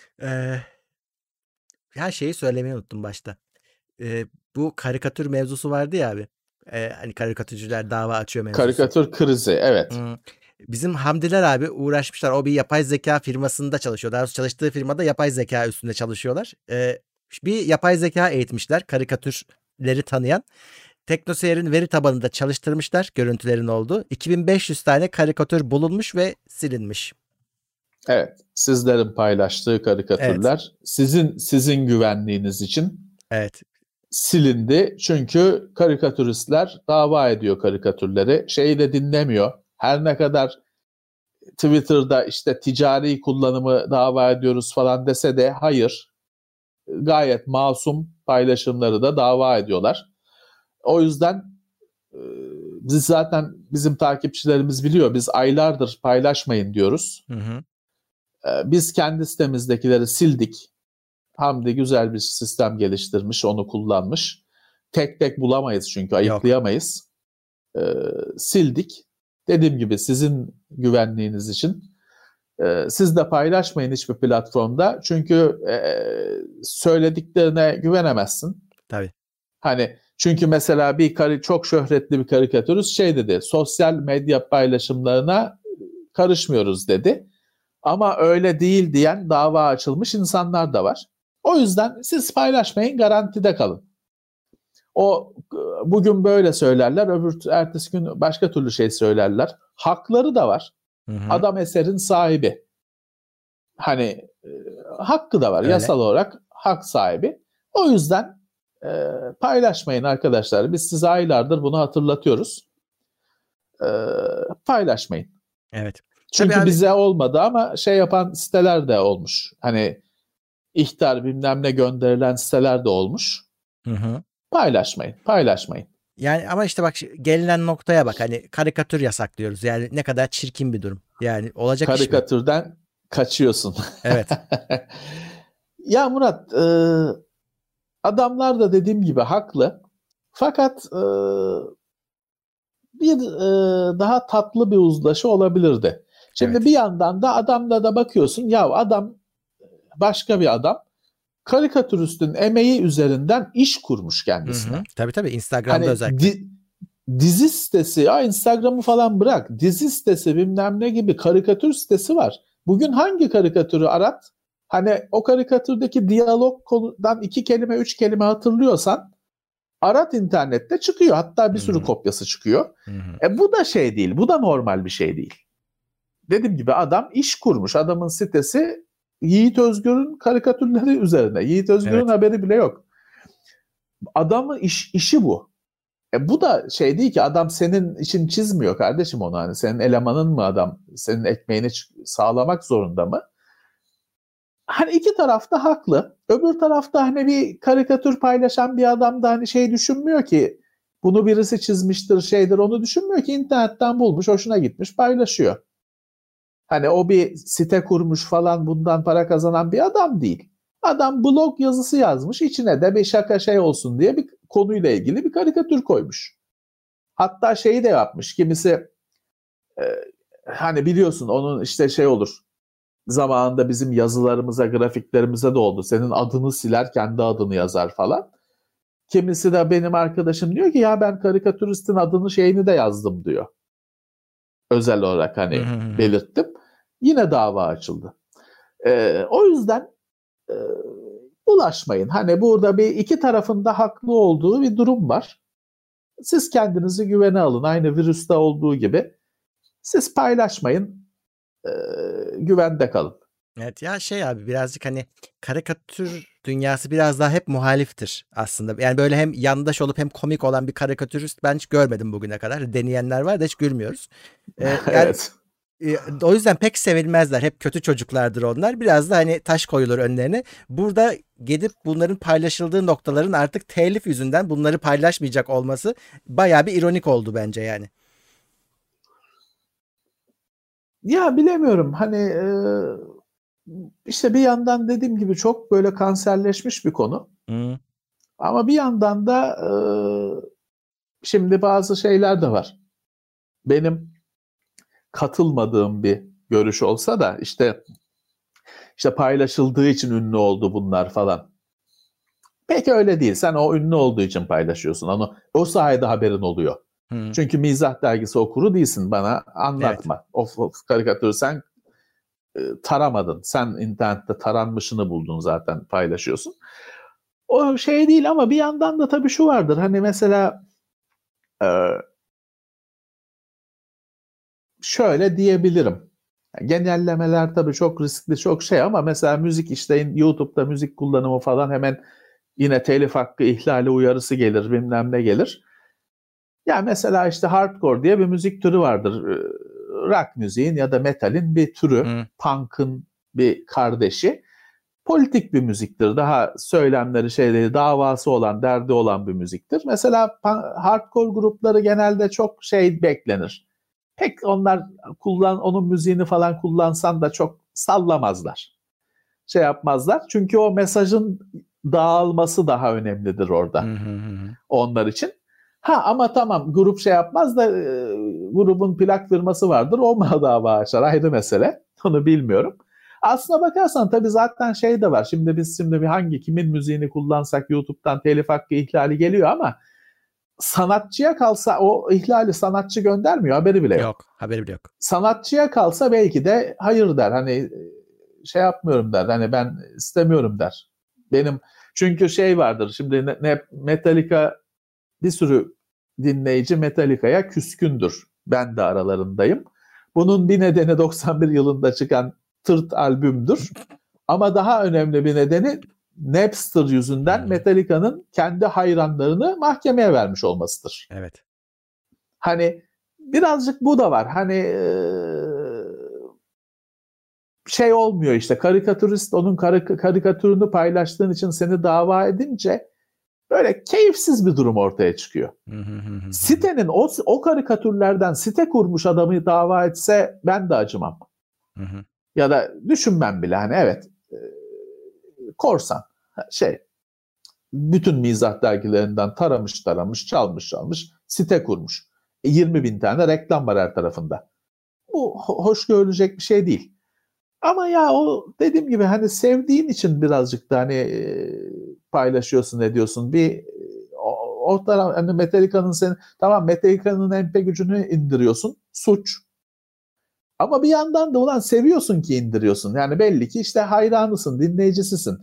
Her şeyi söylemeyi unuttum başta. Bu karikatür mevzusu vardı ya abi. Hani karikatürcüler dava açıyor mevzusu. Karikatür krizi, evet. Bizim Hamdiler abi uğraşmışlar. O bir yapay zeka firmasında çalışıyor. Daha doğrusu çalıştığı firmada yapay zeka üstünde çalışıyorlar. Bir yapay zeka eğitmişler. Karikatürleri tanıyan. TeknoSeyir'in veri tabanında çalıştırmışlar. Görüntülerin olduğu. 2500 tane karikatür bulunmuş ve silinmiş. Evet. Sizlerin paylaştığı karikatürler sizin güvenliğiniz için silindi. Çünkü karikatüristler dava ediyor karikatürleri. Şeyi de dinlemiyor. Her ne kadar Twitter'da işte ticari kullanımı dava ediyoruz falan dese de hayır. Gayet masum paylaşımları da dava ediyorlar. O yüzden bizim takipçilerimiz biliyor. Biz aylardır paylaşmayın diyoruz. Biz kendi sitemizdekileri sildik. Hamdi güzel bir sistem geliştirmiş, onu kullanmış. Tek tek bulamayız çünkü ayıklayamayız. Sildik. Dediğim gibi sizin güvenliğiniz için. Siz de paylaşmayın hiçbir platformda. Çünkü söylediklerine güvenemezsin. Tabii. Hani çünkü mesela çok şöhretli bir karikatürist dedi. Sosyal medya paylaşımlarına karışmıyoruz dedi. Ama öyle değil diyen dava açılmış insanlar da var. O yüzden siz paylaşmayın, garantide kalın. Bugün böyle söylerler, ertesi gün başka türlü şey söylerler. Hakları da var. Adam eserin sahibi. Hani hakkı da var. Öyle. Yasal olarak hak sahibi. O yüzden paylaşmayın arkadaşlar. Biz size aylardır bunu hatırlatıyoruz. Paylaşmayın. Evet. Çünkü bize olmadı ama yapan siteler de olmuş. Hani ihtar bilmem ne gönderilen siteler de olmuş. Paylaşmayın. Yani ama işte bak gelinen noktaya bak. Hani karikatür yasaklıyoruz. Yani ne kadar çirkin bir durum. Yani olacak iş mi? Karikatürden kaçıyorsun. Evet. Ya Murat, adamlar da dediğim gibi haklı. Fakat bir daha tatlı bir uzlaşı olabilirdi. Şimdi bir yandan da adamla da bakıyorsun. Ya başka bir adam karikatüristin emeği üzerinden iş kurmuş kendisine. Tabii Instagram'da özellikle. Dizi sitesi, Instagram'ı falan bırak. Dizi sitesi bilmem ne gibi karikatür sitesi var. Bugün hangi karikatürü arat? Hani o karikatürdeki diyalogdan 2 kelime 3 kelime hatırlıyorsan arat internette çıkıyor. Hatta bir sürü kopyası çıkıyor. Bu da değil. Bu da normal bir şey değil. Dediğim gibi adam iş kurmuş. Adamın sitesi Yiğit Özgür'ün karikatürleri üzerine. Yiğit Özgür'ün haberi bile yok. Adamın işi bu. Bu da değil ki adam senin için çizmiyor kardeşim onu. Hani senin elemanın mı adam? Senin ekmeğini sağlamak zorunda mı? Hani iki taraf da haklı. Öbür tarafta hani bir karikatür paylaşan bir adam da hani düşünmüyor ki bunu birisi çizmiştir onu düşünmüyor ki internetten bulmuş, hoşuna gitmiş, paylaşıyor. Hani o bir site kurmuş falan bundan para kazanan bir adam değil. Adam blog yazısı yazmış, içine de bir şaka olsun diye bir konuyla ilgili bir karikatür koymuş. Hatta de yapmış. Kimisi hani biliyorsun onun olur. Zamanında bizim yazılarımıza, grafiklerimize de oldu. Senin adını siler, kendi adını yazar falan. Kimisi de benim arkadaşım diyor ki ya ben karikatüristin adını de yazdım diyor. Özel olarak hani belirttim. Yine dava açıldı. O yüzden ulaşmayın. Hani burada iki tarafın da haklı olduğu bir durum var. Siz kendinizi güvene alın. Aynı virüste olduğu gibi. Siz paylaşmayın. Güvende kalın. Evet ya abi birazcık hani karikatür dünyası biraz daha hep muhaliftir aslında. Yani böyle hem yandaş olup hem komik olan bir karikatürist ben hiç görmedim bugüne kadar. Deneyenler var da hiç gülmüyoruz. Evet. O yüzden pek sevilmezler. Hep kötü çocuklardır onlar. Biraz da hani taş koyulur önlerine. Burada gidip bunların paylaşıldığı noktaların artık telif yüzünden bunları paylaşmayacak olması bayağı bir ironik oldu bence yani. Ya bilemiyorum. Hani işte bir yandan dediğim gibi çok böyle kanserleşmiş bir konu. Hı. Ama bir yandan da şimdi bazı şeyler de var. Benim katılmadığım bir görüş olsa da işte paylaşıldığı için ünlü oldu bunlar falan. Pek öyle değil. Sen o ünlü olduğu için paylaşıyorsun. O sayede haberin oluyor. Hı. Çünkü Mizah Dergisi okuru değilsin, bana anlatma. Evet. O karikatürü sen taramadın. Sen internette taranmışını buldun, zaten paylaşıyorsun. O şey değil ama bir yandan da tabii şu vardır. Hani mesela şöyle diyebilirim. Genellemeler tabii çok riskli, çok şey, ama mesela müzik, işte YouTube'da müzik kullanımı falan hemen yine telif hakkı ihlali uyarısı gelir, bilmem ne gelir. Ya mesela işte hardcore diye bir müzik türü vardır. Rock müziğin ya da metalin bir türü. Hı. Punk'ın bir kardeşi. Politik bir müziktir. Daha söylemleri, şeyleri, davası olan, derdi olan bir müziktir. Mesela hardcore grupları genelde çok şey beklenir. Pek onlar onun müziğini falan kullansan da çok sallamazlar. Şey yapmazlar. Çünkü o mesajın dağılması daha önemlidir orada. Hı hı hı. Onlar için. Ama tamam, grup şey yapmaz da grubun plak firması vardır. O mu dava açar, ayrı mesele. Onu bilmiyorum. Aslına bakarsan tabii zaten şey de var. Şimdi biz kimin müziğini kullansak YouTube'dan telif hakkı ihlali geliyor, ama sanatçıya kalsa o ihlali sanatçı göndermiyor, haberi bile yok. Yok, haberi bile yok. Sanatçıya kalsa belki de hayır der. Hani şey yapmıyorum der. Hani ben istemiyorum der. Çünkü şey vardır. Şimdi Metallica, bir sürü dinleyici Metallica'ya küskündür. Ben de aralarındayım. Bunun bir nedeni 91 yılında çıkan Tırt albümdür. Ama daha önemli bir nedeni Napster yüzünden Metallica'nın kendi hayranlarını mahkemeye vermiş olmasıdır. Evet. Hani birazcık bu da var. Hani şey olmuyor işte, karikatürist onun karikatürünü paylaştığın için seni dava edince böyle keyifsiz bir durum ortaya çıkıyor. Sitenin o karikatürlerden site kurmuş adamı dava etse ben de acımam. Ya da düşünmem bile, hani evet, korsan bütün mizah dergilerinden taramış, çalmış, site kurmuş. 20 bin tane reklam var her tarafında. Bu hoş görülecek bir şey değil. Ama ya o dediğim gibi hani sevdiğin için birazcık da hani paylaşıyorsun, ediyorsun. O taraf, hani Metallica'nın MP gücünü indiriyorsun. Suç. Ama bir yandan da ulan seviyorsun ki indiriyorsun. Yani belli ki işte hayranısın, dinleyicisisin.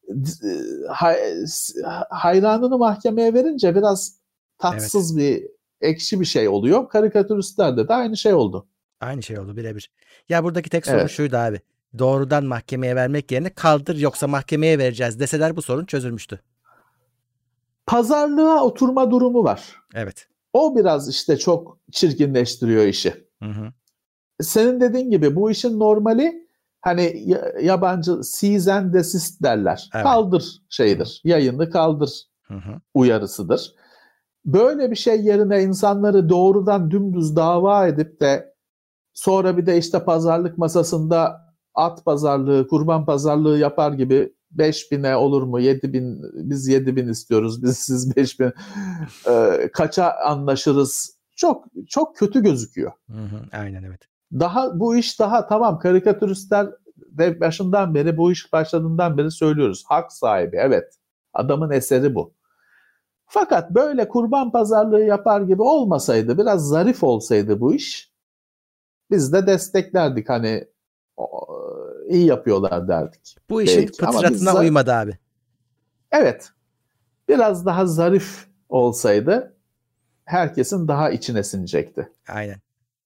Hayranını mahkemeye verince biraz tatsız bir, ekşi bir şey oluyor. Karikatüristlerde de aynı şey oldu. Aynı şey oldu birebir. Ya buradaki tek sorun Evet. şuydu abi. Doğrudan mahkemeye vermek yerine kaldır yoksa mahkemeye vereceğiz deseler bu sorun çözülmüştü. Pazarlığa oturma durumu var. Evet. O biraz işte çok çirkinleştiriyor işi. Hı. Senin dediğin gibi bu işin normali hani yabancı cease and desist derler. Evet. Kaldır şeyidir. Yayını kaldır uyarısıdır. Böyle bir şey yerine insanları doğrudan dümdüz dava edip de sonra bir de işte pazarlık masasında at pazarlığı, kurban pazarlığı yapar gibi 5.000'e olur mu? 7.000, biz 7.000 istiyoruz. Siz 5.000 kaça anlaşırız? Çok çok kötü gözüküyor. Aynen, evet. Bu iş daha tamam, karikatüristler de başından beri, bu iş başladığından beri söylüyoruz. Hak sahibi, evet. Adamın eseri bu. Fakat böyle kurban pazarlığı yapar gibi olmasaydı, biraz zarif olsaydı bu iş, biz de desteklerdik, hani iyi yapıyorlar derdik. Bu işin belki. fıtratına uymadı abi. Evet. Biraz daha zarif olsaydı herkesin daha içine sinecekti. Aynen.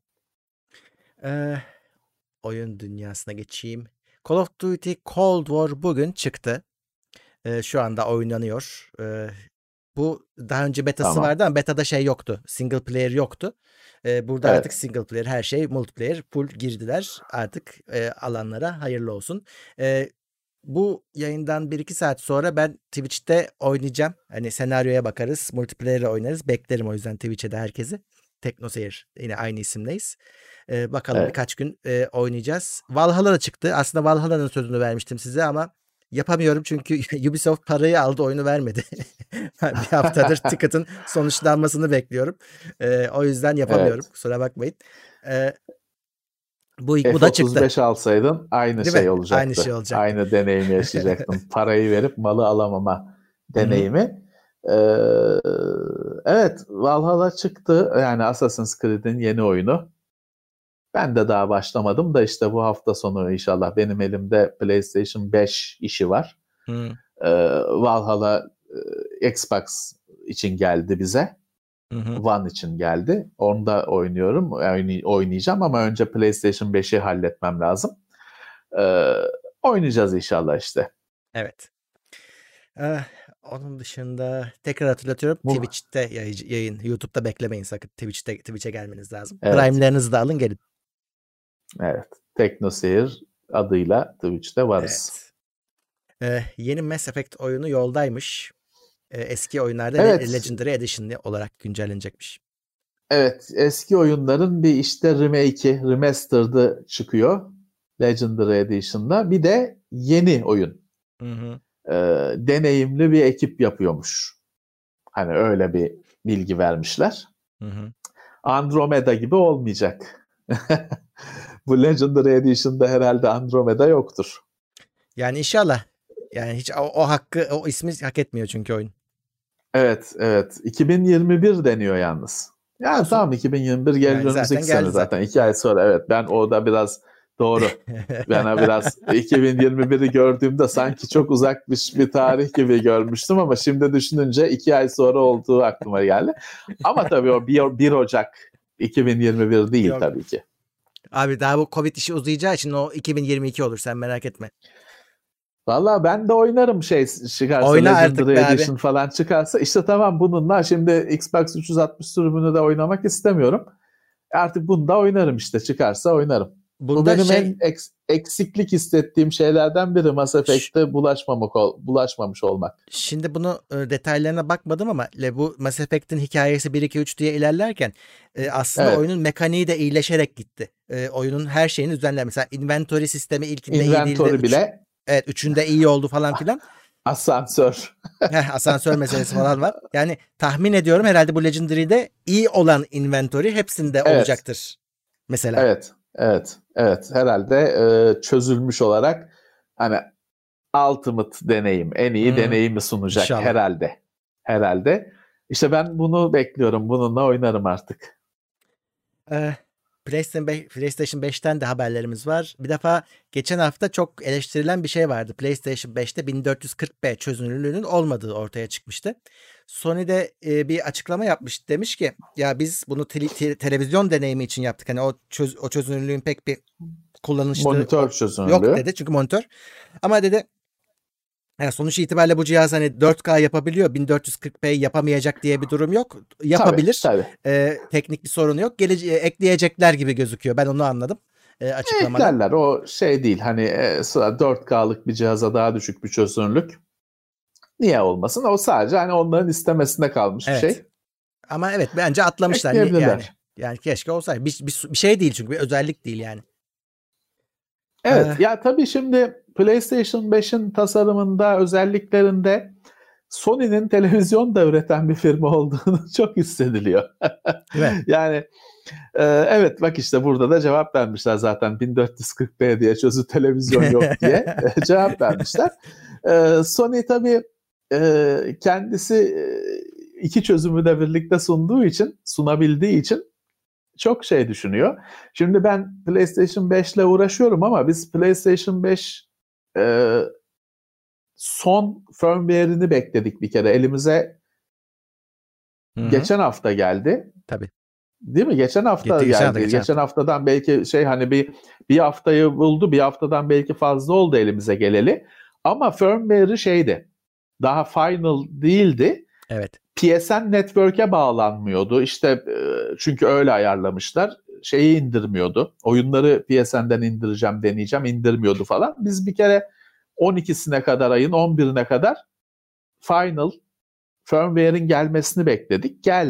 Oyun dünyasına geçeyim. Call of Duty Cold War bugün çıktı. Şu anda oynanıyor. Bu daha önce betası vardı ama betada şey yoktu. Single player yoktu. Burada artık single player, her şey multiplayer full girdiler. Artık alanlara hayırlı olsun. Bu yayından 1-2 saat sonra ben Twitch'te oynayacağım. Hani senaryoya bakarız, multiplayer'e oynarız. Beklerim o yüzden Twitch'e de herkesi. TeknoSeyir yine aynı isimdeyiz. Bakalım Evet. birkaç gün oynayacağız. Valhalla da çıktı. Aslında Valhalla'nın sözünü vermiştim size ama yapamıyorum çünkü Ubisoft parayı aldı, oyunu vermedi. Bir haftadır ticket'ın sonuçlanmasını bekliyorum. O yüzden yapamıyorum. Evet. Kusura bakmayın. Bu da çıktı. F-35 alsaydın aynı Değil şey mi? olacaktı. Aynı şey olacaktı. Aynı deneyimi yaşayacaktın. Parayı verip malı alamama deneyimi. Evet, Valhalla çıktı. Yani Assassin's Creed'in yeni oyunu. Ben de daha başlamadım da işte bu hafta sonu inşallah benim elimde PlayStation 5 işi var. Valhalla Xbox için geldi bize. One için geldi. Onu da oynuyorum. Oynayacağım ama önce PlayStation 5'i halletmem lazım. Oynayacağız inşallah işte. Evet. Onun dışında tekrar hatırlatıyorum. Twitch'te yayın. YouTube'da beklemeyin sakın. Twitch'e gelmeniz lazım. Evet. Prime'lerinizi de alın gelin. Evet. TeknoSeyir adıyla Twitch'te varız. Evet. Yeni Mass Effect oyunu yoldaymış. Eski oyunlarda Legendary Edition olarak güncellenecekmiş. Evet. Eski oyunların bir işte remake'i, remastered'ı çıkıyor. Legendary Edition'da. Bir de yeni oyun. Deneyimli bir ekip yapıyormuş. Hani öyle bir bilgi vermişler. Andromeda gibi olmayacak. Bu Legendary Edition'da herhalde Andromeda yoktur. Yani inşallah. Yani hiç o ismi hak etmiyor çünkü oyun. Evet. 2021 deniyor yalnız. Yani tamam 2021 gelir önümüzdeki sene zaten. 2 ay sonra evet. Ben o da biraz doğru. Bana biraz 2021'i gördüğümde sanki çok uzakmış bir tarih gibi görmüştüm ama şimdi düşününce 2 ay sonra olduğu aklıma geldi. Ama tabii o 1 Ocak 2021 değil tabii ki. Abi daha bu Covid işi uzayacağı için o 2022 olur, sen merak etme. Valla ben de oynarım çıkarsa. Oyna Legendary artık Edition abi falan çıkarsa. İşte tamam bununla şimdi Xbox 360 sürümünü de oynamak istemiyorum. Artık bunu da oynarım işte çıkarsa oynarım. Bu benim en eksiklik hissettiğim şeylerden biri Mass Effect'te bulaşmamış olmak. Şimdi bunu detaylarına bakmadım ama bu Mass Effect'in hikayesi 1 2 3 diye ilerlerken aslında oyunun mekaniği de iyileşerek gitti. Oyunun her şeyini düzenler. Mesela inventory sistemi ilkinde iyi değildi. Bile. Evet, 3'ünde iyi oldu falan filan. Asansör. Asansör meselesi falan var. Yani tahmin ediyorum herhalde bu Legendary'de iyi olan inventory hepsinde olacaktır. Mesela. Evet. Herhalde çözülmüş olarak hani ultimate deneyim, en iyi deneyimi sunacak İnşallah. herhalde. İşte ben bunu bekliyorum. Bununla oynarım artık. PlayStation 5'ten de haberlerimiz var. Bir defa geçen hafta çok eleştirilen bir şey vardı. PlayStation 5'te 1440p çözünürlüğünün olmadığı ortaya çıkmıştı. Sony de bir açıklama yapmış. Demiş ki ya biz bunu televizyon deneyimi için yaptık. Hani o çözünürlüğün pek bir kullanışlı monitör çözünürlüğü yok dedi. Çünkü monitör. Ama dedi yani sonuç itibariyle bu cihaz hani 4K yapabiliyor. 1440p yapamayacak diye bir durum yok. Yapabilir. Tabii. Teknik bir sorun yok. Ekleyecekler gibi gözüküyor. Ben onu anladım açıklamadan. Eklerler. O şey değil. Hani 4K'lık bir cihaza daha düşük bir çözünürlük. Niye olmasın? O sadece hani onların istemesine kalmış bir şey. Ama evet bence atlamışlar yani. Yani keşke olsaydı. Bir şey değil çünkü bir özellik değil yani. Evet. Ya tabii şimdi PlayStation 5'in tasarımında, özelliklerinde Sony'nin televizyon da üreten bir firma olduğunu çok hissediliyor. Yani evet bak işte burada da cevap vermişler zaten 1440p diye çözü televizyon yok diye cevap vermişler. Sony tabii kendisi iki çözümü de birlikte sunabildiği için çok şey düşünüyor. Şimdi ben PlayStation 5 ile uğraşıyorum ama biz PlayStation 5 son firmware'ini bekledik bir kere. Elimize geçen hafta geldi. Tabii. Değil mi? Geçen hafta geldi. Geçen haftadan belki hani bir haftayı buldu. Bir haftadan belki fazla oldu elimize geleli. Ama firmware'ı daha final değildi. Evet. PSN Network'e bağlanmıyordu. İşte çünkü öyle ayarlamışlar. İndirmiyordu. Oyunları PSN'den indireceğim, deneyeceğim, indirmiyordu falan. Biz bir kere 12'sine kadar ayın 11'ine kadar final firmware'in gelmesini bekledik. Geldi.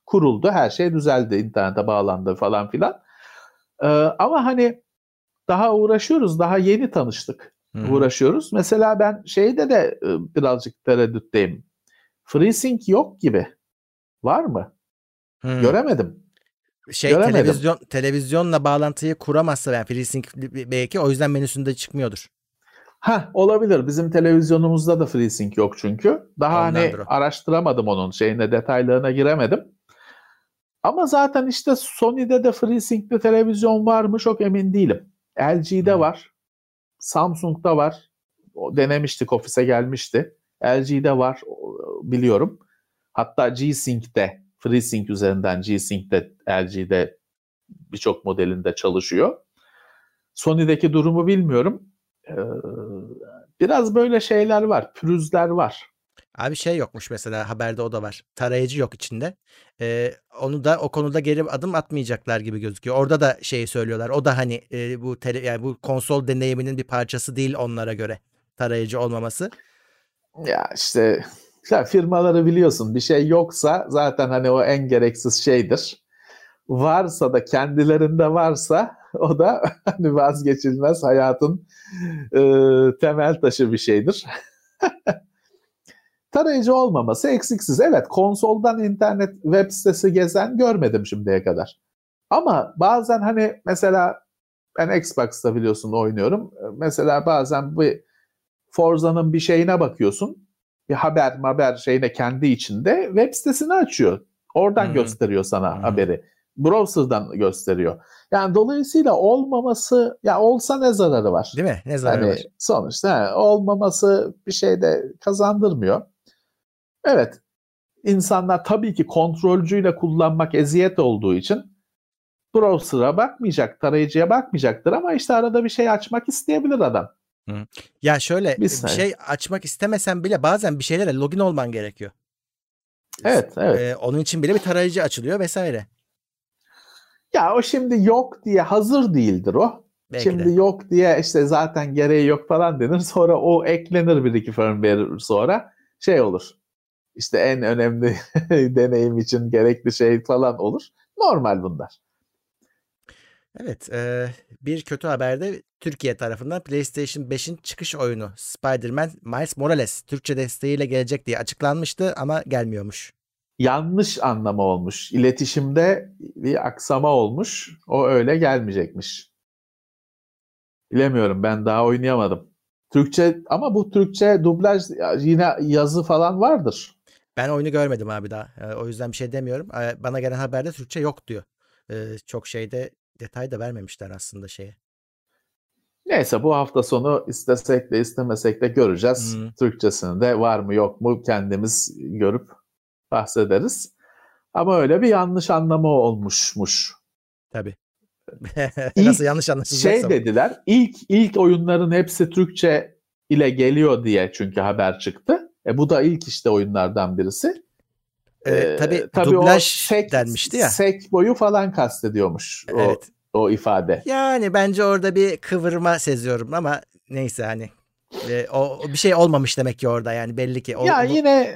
kuruldu. Her şey düzeldi. İnternete bağlandı falan filan. Ama hani daha uğraşıyoruz. Daha yeni tanıştık. Hı-hı. Uğraşıyoruz. Mesela ben şeyde de birazcık tereddütteyim. FreeSync yok gibi. Var mı? Göremedim. Televizyonla bağlantıyı kuramazsa yani FreeSync belki o yüzden menüsünde çıkmıyordur. Olabilir. Bizim televizyonumuzda da FreeSync yok çünkü. Daha Ondandır hani o. araştıramadım onun detaylarına giremedim. Ama zaten işte Sony'de de FreeSync'li televizyon var mı çok emin değilim. LG'de var. Samsung'da var. O denemiştik, ofise gelmişti. LG'de var biliyorum. Hatta G-Sync'te, FreeSync üzerinden G-Sync'te LG'de birçok modelinde çalışıyor. Sony'deki durumu bilmiyorum. Biraz böyle şeyler var, pürüzler var. Abi şey yokmuş mesela, haberde o da var. Tarayıcı yok içinde. O konuda geri adım atmayacaklar gibi gözüküyor. Orada da şeyi söylüyorlar. O da hani yani bu konsol deneyiminin bir parçası değil onlara göre. Tarayıcı olmaması. Ya işte firmaları biliyorsun, bir şey yoksa zaten hani o en gereksiz şeydir. Varsa da, kendilerinde varsa o da hani vazgeçilmez, hayatın temel taşı bir şeydir. Tarayıcı olmaması eksiksiz. Evet, konsoldan internet web sitesi gezen görmedim şimdiye kadar. Ama bazen hani mesela ben Xbox'ta biliyorsun oynuyorum. Mesela bazen bir Forza'nın bir şeyine bakıyorsun. Bir haber şeyine kendi içinde web sitesini açıyor. Oradan gösteriyor sana haberi. Browser'dan gösteriyor. Yani dolayısıyla olmaması, ya olsa ne zararı var? Değil mi? Ne zararı var? Sonuçta olmaması bir şey de kazandırmıyor. Evet, insanlar tabii ki kontrolcüyle kullanmak eziyet olduğu için browser'a bakmayacak, tarayıcıya bakmayacaktır ama işte arada bir şey açmak isteyebilir adam. Ya şöyle bir şey açmak istemesen bile bazen bir şeylere login olman gerekiyor. Evet. Onun için bile bir tarayıcı açılıyor vesaire. Ya o şimdi yok diye hazır değildir o. Belki şimdi de. yok diye işte zaten gereği yok falan denir. Sonra o eklenir bir iki firmware sonra şey olur. İşte en önemli deneyim için gerekli şey falan olur. Normal bunlar. Evet, bir kötü haber de Türkiye tarafından PlayStation 5'in çıkış oyunu Spider-Man Miles Morales Türkçe desteğiyle gelecek diye açıklanmıştı ama gelmiyormuş. Yanlış anlama olmuş. İletişimde bir aksama olmuş. O öyle gelmeyecekmiş. Bilemiyorum, ben daha oynayamadım. Türkçe, ama bu Türkçe dublaj yine yazı falan vardır. Ben oyunu görmedim abi daha. O yüzden bir şey demiyorum. Bana gelen haberde Türkçe yok diyor. Çok detay da vermemişler aslında şeye. Neyse, bu hafta sonu istesek de istemesek de göreceğiz. Türkçesini de var mı yok mu kendimiz görüp bahsederiz. Ama öyle bir yanlış anlama olmuşmuş. Tabii. Nasıl yanlış anlaşılacaksa. Dediler, ilk oyunların hepsi Türkçe ile geliyor diye çünkü haber çıktı. Bu da ilk işte oyunlardan birisi. Tabii dublaj denmişti ya. Sek boyu falan kastediyormuş Evet. o ifade. Yani bence orada bir kıvırma seziyorum ama neyse hani o bir şey olmamış demek ki orada, yani belli ki. Yine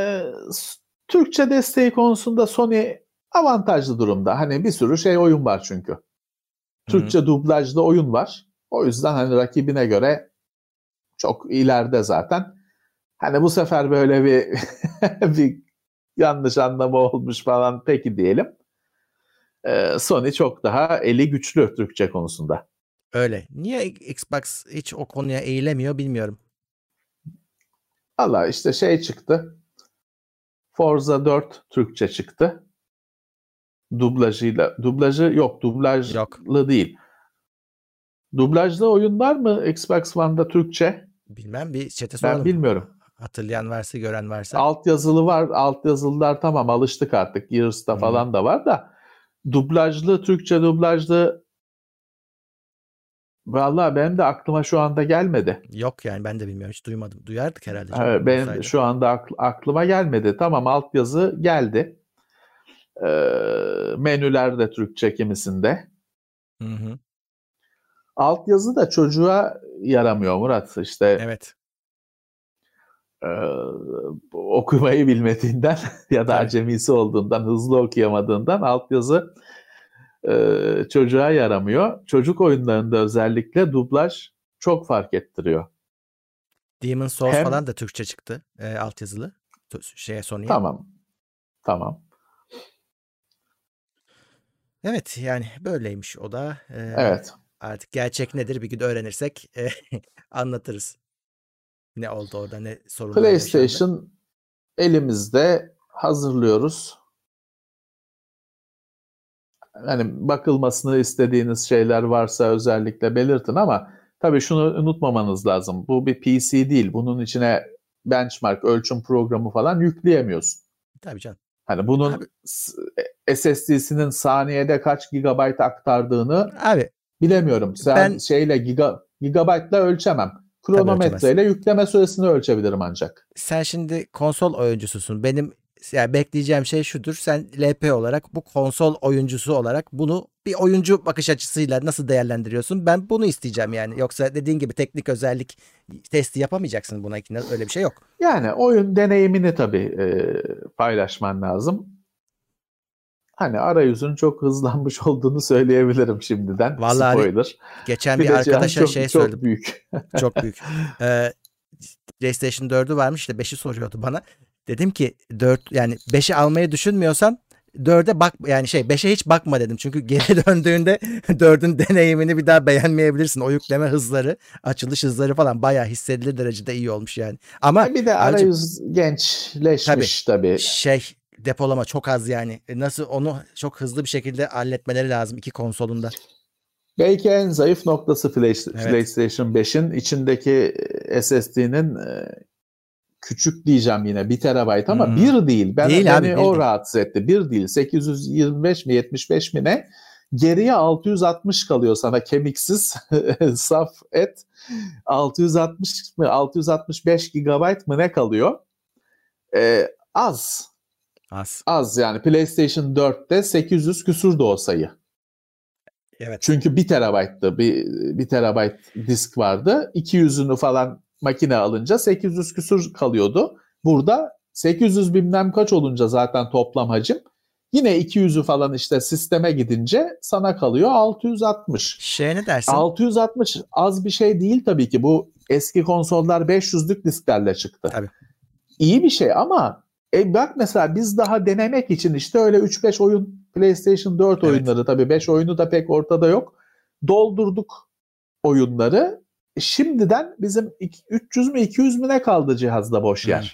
Türkçe desteği konusunda Sony avantajlı durumda. Hani bir sürü oyun var çünkü. Türkçe dublajlı oyun var. O yüzden hani rakibine göre çok ileride zaten. Hani bu sefer böyle bir bir yanlış anlama olmuş falan, peki diyelim. Sony çok daha eli güçlü Türkçe konusunda. Öyle. Niye Xbox hiç o konuya eğilemiyor bilmiyorum. Valla işte çıktı. Forza 4 Türkçe çıktı. Dublajı yok, dublajlı değil. Dublajlı oyun var mı Xbox One'da Türkçe? Bilmem, bir chat'e soralım. Ben bilmiyorum. Hatırlayan varsa, gören varsa. Altyazılı var. Altyazılılar tamam, alıştık artık. Gears'ta falan da var da. Türkçe dublajlı vallahi benim de aklıma şu anda gelmedi. Yok yani, ben de bilmiyorum. Hiç duymadım. Duyardık herhalde. Benim şu anda aklıma gelmedi. Tamam, altyazı geldi. Menüler de Türkçe kimisinde. Altyazı da çocuğa yaramıyor Murat. İşte evet. okumayı bilmediğinden ya da acemisi olduğundan, hızlı okuyamadığından altyazı çocuğa yaramıyor. Çocuk oyunlarında özellikle dublaj çok fark ettiriyor. Demon's Souls falan da Türkçe çıktı. Altyazılı. Sony'ye. Tamam. Evet, yani böyleymiş o da. Evet. Artık gerçek nedir bir gün öğrenirsek anlatırız. Ne oldu orada, ne sorunlar yaşandı. PlayStation elimizde, hazırlıyoruz. Hani bakılmasını istediğiniz şeyler varsa özellikle belirtin ama tabii şunu unutmamanız lazım. Bu bir PC değil. Bunun içine benchmark, ölçüm programı falan yükleyemiyorsun. Tabii canım. Hani bunun SSD'sinin saniyede kaç gigabayt aktardığını bilemiyorum. Sen gigabaytla ölçemem. Kronometreyle yükleme süresini ölçebilirim ancak. Sen şimdi konsol oyuncususun. Benim yani bekleyeceğim şey şudur. Sen LP olarak, bu konsol oyuncusu olarak bunu bir oyuncu bakış açısıyla nasıl değerlendiriyorsun? Ben bunu isteyeceğim yani. Yoksa dediğin gibi teknik özellik testi yapamayacaksın buna. Öyle bir şey yok. Yani oyun deneyimini tabii paylaşman lazım. Hani arayüzün çok hızlanmış olduğunu söyleyebilirim şimdiden. Vallahi spoiler. Geçen bir arkadaşa söyledim. Çok büyük. Çok büyük. PlayStation 4'ü varmış da 5'i soruyordu bana. Dedim ki 4 yani 5'i almayı düşünmüyorsan 4'e bak, yani 5'e hiç bakma dedim. Çünkü geri döndüğünde 4'ün deneyimini bir daha beğenmeyebilirsin. O yükleme hızları, açılış hızları falan bayağı hissedilir derecede iyi olmuş yani. Ama bir de arayüz gençleşmiş tabii. Depolama çok az yani. Nasıl onu çok hızlı bir şekilde halletmeleri lazım iki konsolunda. Belki en zayıf noktası PlayStation 5'in içindeki SSD'nin küçük diyeceğim yine 1 TB ama 1 değil. Beni o rahatsız etti. 1 değil. 825 mi 75 mi ne? Geriye 660 kalıyor sana kemiksiz saf et. 660 mı 665 GB mı ne kalıyor? Az yani PlayStation 4'te 800 küsur da o sayı. Evet. Çünkü 1 TB'tı. 1 TB disk vardı. 200'ünü falan makine alınca 800 küsur kalıyordu. Burada 800 bilmem kaç olunca zaten toplam hacim. Yine 200'ü falan işte sisteme gidince sana kalıyor 660. Ne dersin? 660 az bir şey değil tabii ki. Bu eski konsollar 500'lük disklerle çıktı. Tabii. İyi bir şey ama bak mesela biz daha denemek için işte öyle 3-5 oyun PlayStation 4 oyunları tabii 5 oyunu da pek ortada yok. Doldurduk oyunları. Şimdiden bizim 300 mü 200 mü ne kaldı cihazda boş yer.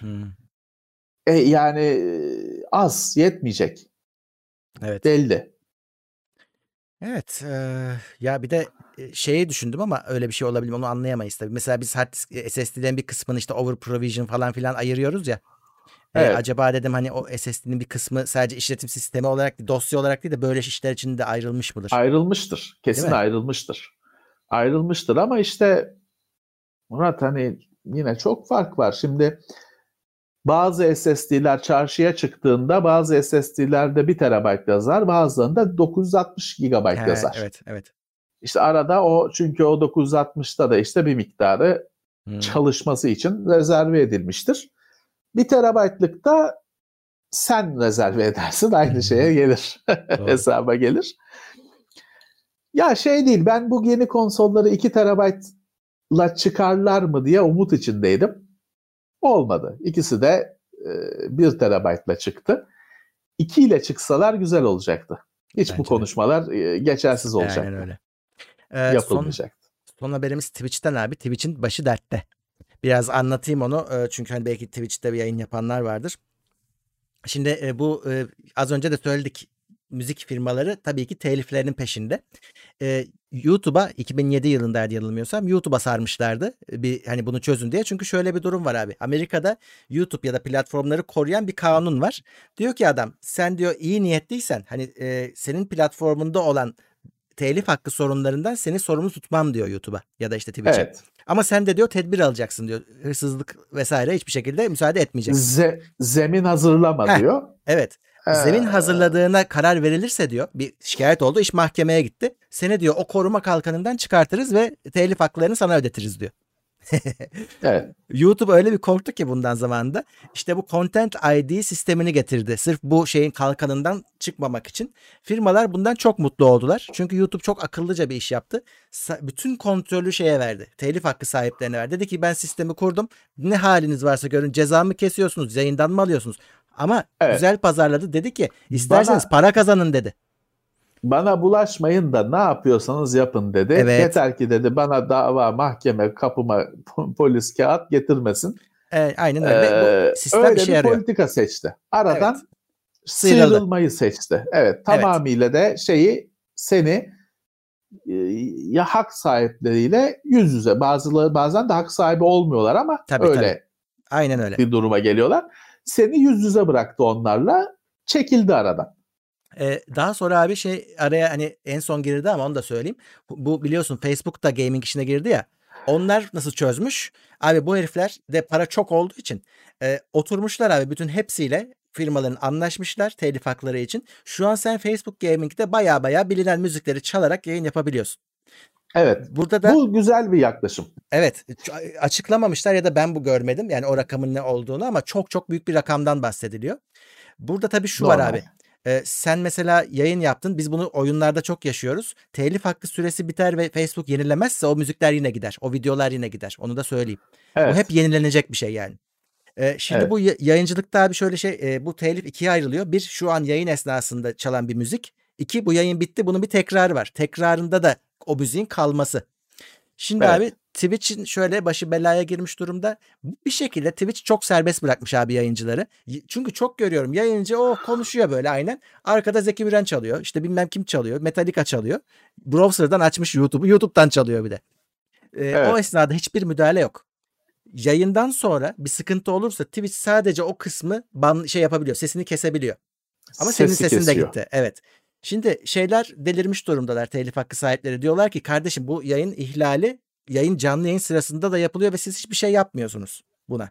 Yani az yetmeyecek. Evet. Belli. Evet. Ya bir de şeyi düşündüm ama öyle bir şey olabilir mi onu anlayamayız tabii. Mesela biz hard disk SSD'den bir kısmını işte over provision falan filan ayırıyoruz ya. Evet. Acaba dedim hani o SSD'nin bir kısmı sadece işletim sistemi olarak değil, dosya olarak değil de böyle işler için de ayrılmış mıdır? Ayrılmıştır. Kesin ayrılmıştır. Ayrılmıştır ama işte Murat hani yine çok fark var. Şimdi bazı SSD'ler çarşıya çıktığında bazı SSD'lerde 1 TB yazar, bazılarında 960 GB yazar. Evet. İşte arada o çünkü o 960'ta da işte bir miktarı çalışması için rezerve edilmiştir. 1 TB'lık da sen rezerve edersin aynı şeye gelir. Hesaba gelir. Ya değil ben bu yeni konsolları 2 TB'la çıkarlar mı diye umut içindeydim. Olmadı. İkisi de 1 TB'la çıktı. 2 ile çıksalar güzel olacaktı. Hiç bu konuşmalar geçersiz olacaktı. Aynen öyle. Yapılmayacaktı. Son haberimiz Twitch'ten abi. Twitch'in başı dertte. Biraz anlatayım onu. Çünkü hani belki Twitch'te bir yayın yapanlar vardır. Şimdi bu az önce de söyledik. Müzik firmaları tabii ki teliflerinin peşinde. YouTube'a 2007 yılında eğer yanılmıyorsam YouTube'a sarmışlardı. Hani bunu çözün diye. Çünkü şöyle bir durum var abi. Amerika'da YouTube ya da platformları koruyan bir kanun var. Diyor ki adam sen diyor iyi niyetliysen hani senin platformunda olan telif hakkı sorunlarından seni sorumlu tutmam diyor YouTube'a ya da işte Twitch'e. Evet. Ama sen de diyor tedbir alacaksın diyor. Hırsızlık vesaire hiçbir şekilde müsaade etmeyeceksin. Zemin hazırlama diyor. Evet. Zemin hazırladığına karar verilirse diyor bir şikayet oldu iş mahkemeye gitti. Seni diyor o koruma kalkanından çıkartırız ve telif haklarını sana ödetiriz diyor. Evet. YouTube öyle bir korktu ki bundan zamanında. İşte bu Content ID sistemini getirdi. Sırf bu şeyin kalkanından çıkmamak için. Firmalar bundan çok mutlu oldular. Çünkü YouTube çok akıllıca bir iş yaptı. Bütün kontrolü şeye verdi. Telif hakkı sahiplerine verdi. Dedi ki ben sistemi kurdum. Ne haliniz varsa görün. Cezamı kesiyorsunuz. Yayından mı alıyorsunuz? Ama Evet. güzel pazarladı. Dedi ki isterseniz para kazanın dedi. Bana bulaşmayın da ne yapıyorsanız yapın dedi. Evet. Yeter ki dedi bana dava, mahkeme, kapıma polis kağıt getirmesin. Aynen öyle. Bu sistem öyle işe bir yarıyor. politika seçti. Aradan Evet. sıyrılmayı seçti. Evet, tamamıyla da seni ya hak sahipleriyle yüz yüze, bazen de hak sahibi olmuyorlar ama öyle. Aynen öyle. Bir duruma geliyorlar. Seni yüz yüze bıraktı onlarla, çekildi aradan. Daha sonra abi araya hani en son girdi ama onu da söyleyeyim. Bu biliyorsun Facebook da gaming işine girdi ya. Onlar nasıl çözmüş? Abi bu herifler de para çok olduğu için oturmuşlar abi bütün hepsiyle firmaların anlaşmışlar telif hakları için. Şu an sen Facebook Gaming'de baya bilinen müzikleri çalarak yayın yapabiliyorsun. Evet. Burada da bu güzel bir yaklaşım. Evet, açıklamamışlar ya da ben bu görmedim. Yani o rakamın ne olduğunu ama çok büyük bir rakamdan bahsediliyor. Burada tabii şu var abi. Sen mesela yayın yaptın. Biz bunu oyunlarda çok yaşıyoruz. Telif hakkı süresi biter ve Facebook yenilemezse o müzikler yine gider. O videolar yine gider. Onu da söyleyeyim. Evet. Bu hep yenilenecek bir şey yani. Şimdi bu yayıncılıkta abi şöyle bu telif ikiye ayrılıyor. Bir, şu an yayın esnasında çalan bir müzik. İki, bu yayın bitti. Bunun bir tekrarı var. Tekrarında da o müziğin kalması. Şimdi abi Twitch'in şöyle başı belaya girmiş durumda. Bir şekilde Twitch çok serbest bırakmış abi yayıncıları. Çünkü çok görüyorum yayıncı konuşuyor böyle aynen. Arkada Zeki Müren çalıyor. İşte bilmem kim çalıyor. Metallica çalıyor. Browser'dan açmış YouTube'u. YouTube'dan çalıyor bir de. O esnada hiçbir müdahale yok. Yayından sonra bir sıkıntı olursa Twitch sadece o kısmı yapabiliyor. Sesini kesebiliyor. Ama senin sesin de gitti. Evet. Şimdi delirmiş durumdalar telif hakkı sahipleri. Diyorlar ki kardeşim bu yayın ihlali canlı yayın sırasında da yapılıyor ve siz hiçbir şey yapmıyorsunuz buna.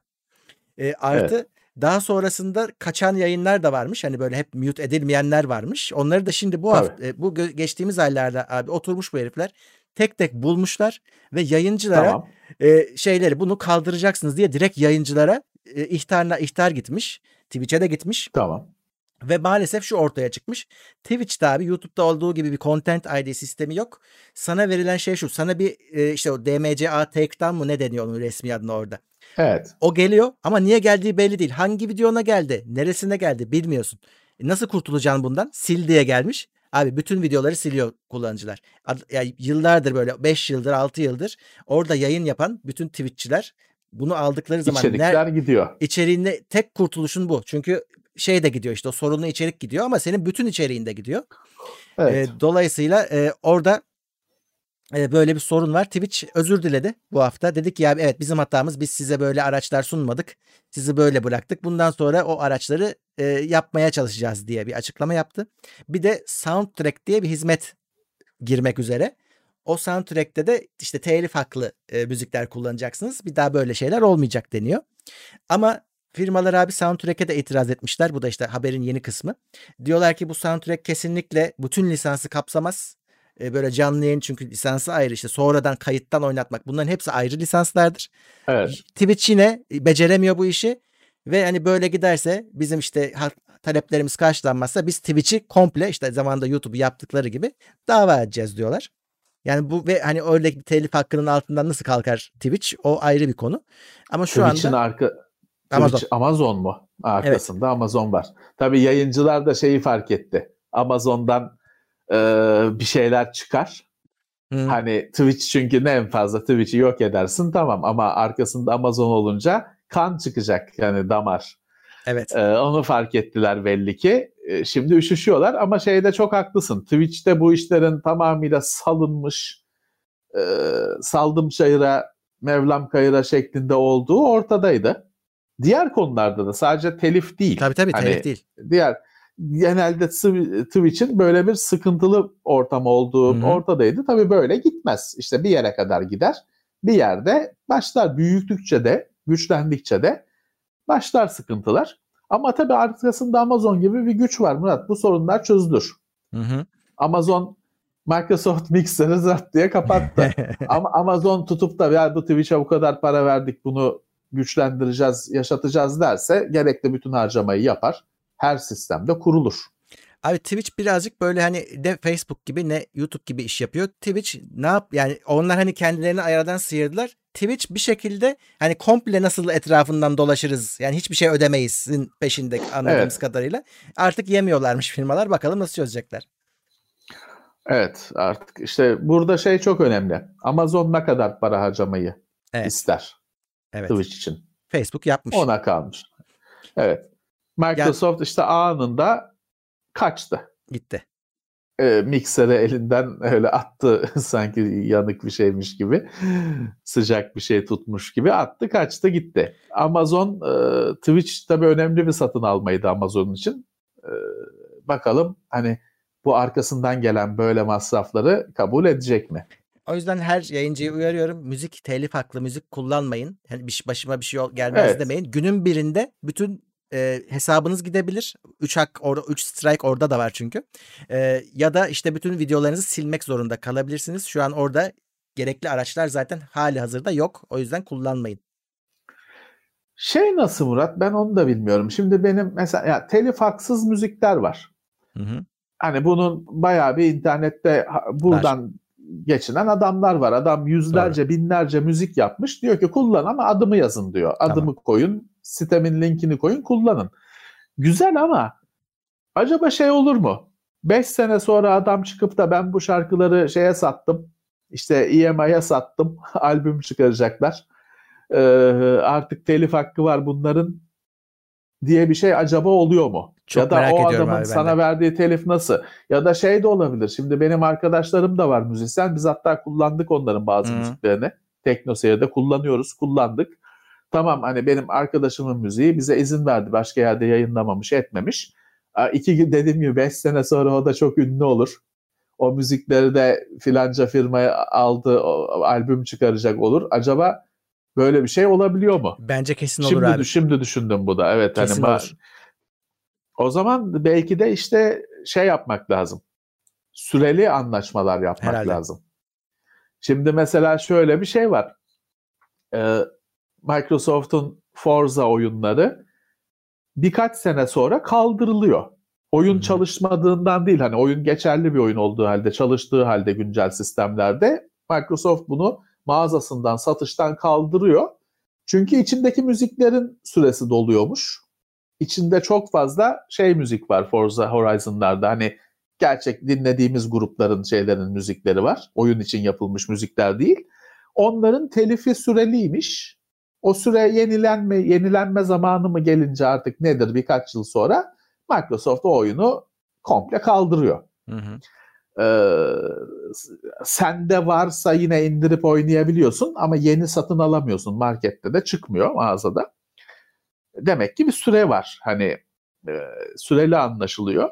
Artı daha sonrasında kaçan yayınlar da varmış. Hani böyle hep mute edilmeyenler varmış. Onları da şimdi bu geçtiğimiz aylarda abi oturmuş bu herifler. Tek tek bulmuşlar ve yayıncılara bunu kaldıracaksınız diye direkt yayıncılara ihtar gitmiş. Twitch'e de gitmiş. Tamam. Ve maalesef şu ortaya çıkmış. Twitch'te abi YouTube'da olduğu gibi bir Content ID sistemi yok. Sana verilen şey şu. Sana bir işte o DMCA takedown mı ne deniyor onun resmi adına orada. Evet. O geliyor ama niye geldiği belli değil. Hangi videona geldi, neresine geldi bilmiyorsun. Nasıl kurtulacaksın bundan? Sil diye gelmiş. Abi bütün videoları siliyor kullanıcılar. Yani yıllardır böyle 5 yıldır 6 yıldır orada yayın yapan bütün Twitch'çiler bunu aldıkları zaman İçerikler gidiyor. İçeriğinde tek kurtuluşun bu. Çünkü de gidiyor işte o sorunlu içerik gidiyor ama senin bütün içeriğin de gidiyor. Evet. Dolayısıyla orada böyle bir sorun var. Twitch özür diledi bu hafta. Dedi ki ya evet bizim hatamız, biz size böyle araçlar sunmadık. Sizi böyle bıraktık. Bundan sonra o araçları yapmaya çalışacağız diye bir açıklama yaptı. Bir de Soundtrack diye bir hizmet girmek üzere. O Soundtrack'te de işte telif haklı müzikler kullanacaksınız. Bir daha böyle şeyler olmayacak deniyor. Ama firmalar abi Soundtrack'e de itiraz etmişler. Bu da işte haberin yeni kısmı. Diyorlar ki bu Soundtrack kesinlikle bütün lisansı kapsamaz. Böyle canlı yayın çünkü lisansı ayrı, işte sonradan kayıttan oynatmak, bunların hepsi ayrı lisanslardır. Evet. Twitch yine beceremiyor bu işi ve hani böyle giderse bizim işte taleplerimiz karşılanmazsa biz Twitch'i komple işte zamanında YouTube'u yaptıkları gibi dava edeceğiz diyorlar. Yani bu ve hani öyle bir telif hakkının altından nasıl kalkar Twitch, o ayrı bir konu. Ama şu anda Amazon mu? Arkasında evet. Amazon var. Tabii yayıncılar da şeyi fark etti. Amazon'dan bir şeyler çıkar. Hani Twitch çünkü ne en fazla Twitch'i yok edersin tamam ama arkasında Amazon olunca kan çıkacak yani damar. Evet. Onu fark ettiler belli ki. Şimdi üşüşüyorlar ama şeyde çok haklısın. Twitch'te bu işlerin tamamıyla salınmış, saldım çayıra, Mevlam kayıra şeklinde olduğu ortadaydı. Diğer konularda da sadece telif değil. Tabii telif değil. Genelde Twitch'in böyle bir sıkıntılı ortam olduğu ortadaydı. Tabii böyle gitmez. İşte bir yere kadar gider. Bir yerde başlar, büyüdükçe de, güçlendikçe de başlar sıkıntılar. Ama tabii arkasında Amazon gibi bir güç var Murat. Bu sorunlar çözülür. Amazon Microsoft Mixer'ı zart diye kapattı. Ama Amazon tutup da ya bu Twitch'e bu kadar para verdik, bunu güçlendireceğiz, yaşatacağız derse gerekli bütün harcamayı yapar. Her sistemde kurulur. Abi Twitch birazcık böyle hani ne Facebook gibi ne YouTube gibi iş yapıyor. Twitch yani onlar hani kendilerini ayardan sıyırdılar. Twitch bir şekilde hani komple nasıl etrafından dolaşırız, yani hiçbir şey ödemeyizin peşinde anladığımız kadarıyla. Artık yemiyorlarmış firmalar, bakalım nasıl çözecekler. Evet, artık işte burada şey çok önemli. Amazon ne kadar para harcamayı ister Twitch için. Facebook yapmış. Ona kalmış. Evet. Microsoft işte anında kaçtı. Gitti. Mikser'e elinden öyle attı sanki yanık bir şeymiş gibi. Sıcak bir şey tutmuş gibi attı, kaçtı gitti. Amazon, Twitch tabii önemli bir satın almaydı Amazon için. Bakalım hani bu arkasından gelen böyle masrafları kabul edecek mi? O yüzden her yayıncıyı uyarıyorum. Müzik, telif haklı müzik kullanmayın. Yani başıma bir şey gelmez demeyin. Günün birinde bütün hesabınız gidebilir. 3 strike orada da var çünkü. Ya da işte bütün videolarınızı silmek zorunda kalabilirsiniz. Şu an orada gerekli araçlar zaten hali hazırda yok. O yüzden kullanmayın. Şey nasıl Murat? Ben onu da bilmiyorum. Şimdi benim mesela telif haksız müzikler var. Hı. Hani bunun bayağı bir internette buradan geçinen adamlar var. Adam yüzlerce, binlerce müzik yapmış. Diyor ki kullan ama adımı yazın diyor. Adımı koyun, sitemin linkini koyun, kullanın. Güzel ama acaba şey olur mu? 5 sene sonra adam çıkıp da ben bu şarkıları şeye sattım, İşte EMI'ye sattım, albüm çıkaracaklar. Artık telif hakkı var bunların diye bir şey acaba oluyor mu? Çok ya da merak o ediyorum adamın abi sana verdiği telif nasıl? Ya da şey de olabilir. Şimdi benim arkadaşlarım da var müzisyen. Biz hatta kullandık onların bazı müziklerini. TeknoSeyir'de kullandık. Tamam, hani benim arkadaşımın müziği bize izin verdi. Başka yerde yayınlamamış, etmemiş. Dediğim gibi 5 sene sonra o da çok ünlü olur. O müzikleri de filanca firmaya aldı, albüm çıkaracak olur. Acaba böyle bir şey olabiliyor mu? Bence kesin olur abi. Şimdi düşündüm bu da. Evet, kesin hani olur. O zaman belki de işte şey yapmak lazım. Süreli anlaşmalar yapmak lazım. Şimdi mesela şöyle bir şey var. Microsoft'un Forza oyunları birkaç sene sonra kaldırılıyor. Oyun çalışmadığından değil, hani oyun geçerli bir oyun olduğu halde, çalıştığı halde güncel sistemlerde Microsoft bunu mağazasından, satıştan kaldırıyor. Çünkü içindeki müziklerin süresi doluyormuş. İçinde çok fazla müzik var Forza Horizon'larda. Hani gerçek dinlediğimiz grupların müzikleri var. Oyun için yapılmış müzikler değil. Onların telifi süreliymiş. O süre yenilenme zamanı mı gelince artık nedir, birkaç yıl sonra Microsoft o oyunu komple kaldırıyor. Sende varsa yine indirip oynayabiliyorsun ama yeni satın alamıyorsun. Markette de çıkmıyor, mağazada. Demek ki bir süre var. Hani süreli anlaşılıyor.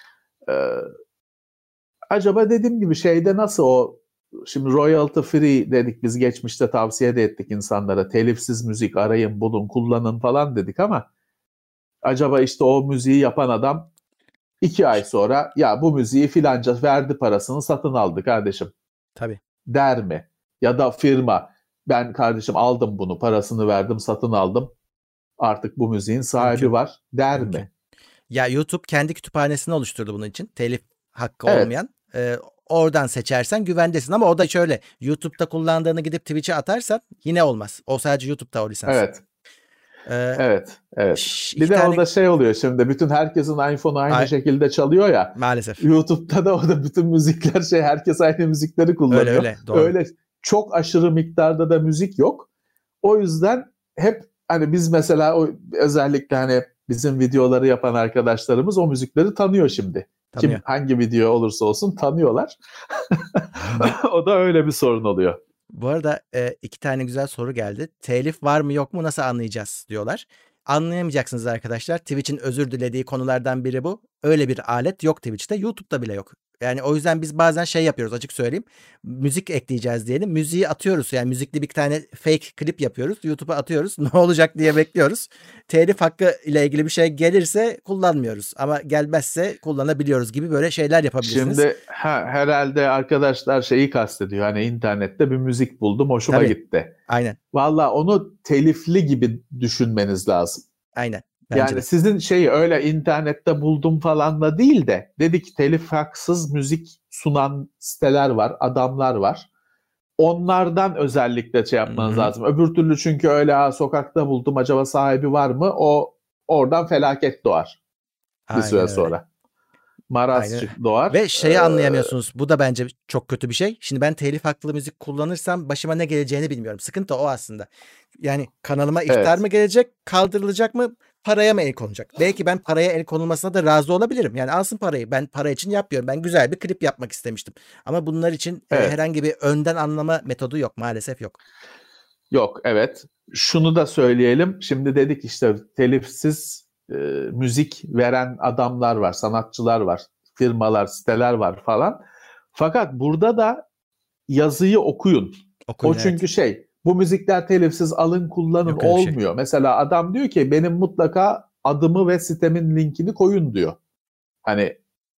Acaba dediğim gibi şeyde nasıl şimdi royalty free dedik, biz geçmişte tavsiye de ettik insanlara. Telifsiz müzik arayın, bulun, kullanın falan dedik ama acaba işte o müziği yapan adam 2 ay sonra ya bu müziği filanca verdi, parasını satın aldı kardeşim. Tabii. Der mi? Ya da firma, ben kardeşim aldım bunu, parasını verdim, satın aldım. Artık bu müziğin sahibi var der mi? Ya YouTube kendi kütüphanesini oluşturdu bunun için. Telif hakkı olmayan. Oradan seçersen güvendesin ama o da şöyle, YouTube'da kullandığını gidip Twitch'e atarsan yine olmaz. O sadece YouTube'da o lisans. Evet. Bir de o da oluyor şimdi, bütün herkesin iPhone'u aynı şekilde çalıyor ya. Maalesef. YouTube'da da o da bütün müzikler herkes aynı müzikleri kullanıyor. Öyle, doğru. Öyle çok aşırı miktarda da müzik yok. O yüzden hep hani biz mesela özellikle hani bizim videoları yapan arkadaşlarımız o müzikleri tanıyor şimdi. Kim hangi video olursa olsun tanıyorlar. O da öyle bir sorun oluyor. Bu arada 2 tane güzel soru geldi. Telif var mı yok mu, nasıl anlayacağız diyorlar. Anlayamayacaksınız arkadaşlar. Twitch'in özür dilediği konulardan biri bu. Öyle bir alet yok Twitch'te. YouTube'da bile yok. Yani o yüzden biz bazen şey yapıyoruz, açık söyleyeyim. Müzik ekleyeceğiz diyelim. Müziği atıyoruz. Yani müzikli bir tane fake klip yapıyoruz. YouTube'a atıyoruz. Ne olacak diye bekliyoruz. Telif hakkı ile ilgili bir şey gelirse kullanmıyoruz. Ama gelmezse kullanabiliyoruz gibi böyle şeyler yapabilirsiniz. Şimdi herhalde arkadaşlar şeyi kastediyor. Hani internette bir müzik buldum, hoşuma Tabii. gitti. Aynen. Valla onu telifli gibi düşünmeniz lazım. Aynen. Bence Yani de. sizin şeyi öyle internette buldum falanla değil de, dedik telif haksız müzik sunan siteler var, adamlar var. Onlardan özellikle şey yapmanız Hı hı. lazım. Öbür türlü çünkü öyle sokakta buldum, acaba sahibi var mı? O oradan felaket doğar bir Aynen süre öyle. sonra. Maraz Aynen. doğar. Ve şeyi anlayamıyorsunuz. Bu da bence çok kötü bir şey. Şimdi ben telif haklı müzik kullanırsam başıma ne geleceğini bilmiyorum. Sıkıntı o aslında. Yani kanalıma ihtar Evet. mı gelecek, kaldırılacak mı, paraya mı el konacak? Belki ben paraya el konulmasına da razı olabilirim. Yani alsın parayı. Ben para için yapmıyorum. Ben güzel bir klip yapmak istemiştim. Ama bunlar için Evet. herhangi bir önden anlama metodu yok. Maalesef yok. Yok, evet. Şunu da söyleyelim. Şimdi dedik işte telifsiz müzik veren adamlar var, sanatçılar var, firmalar, siteler var falan. Fakat burada da yazıyı okuyun. Okuyun, O çünkü bu müzikler telifsiz, alın kullanın Yok öyle bir şey. olmuyor. Mesela adam diyor ki benim mutlaka adımı ve sitemin linkini koyun diyor. Hani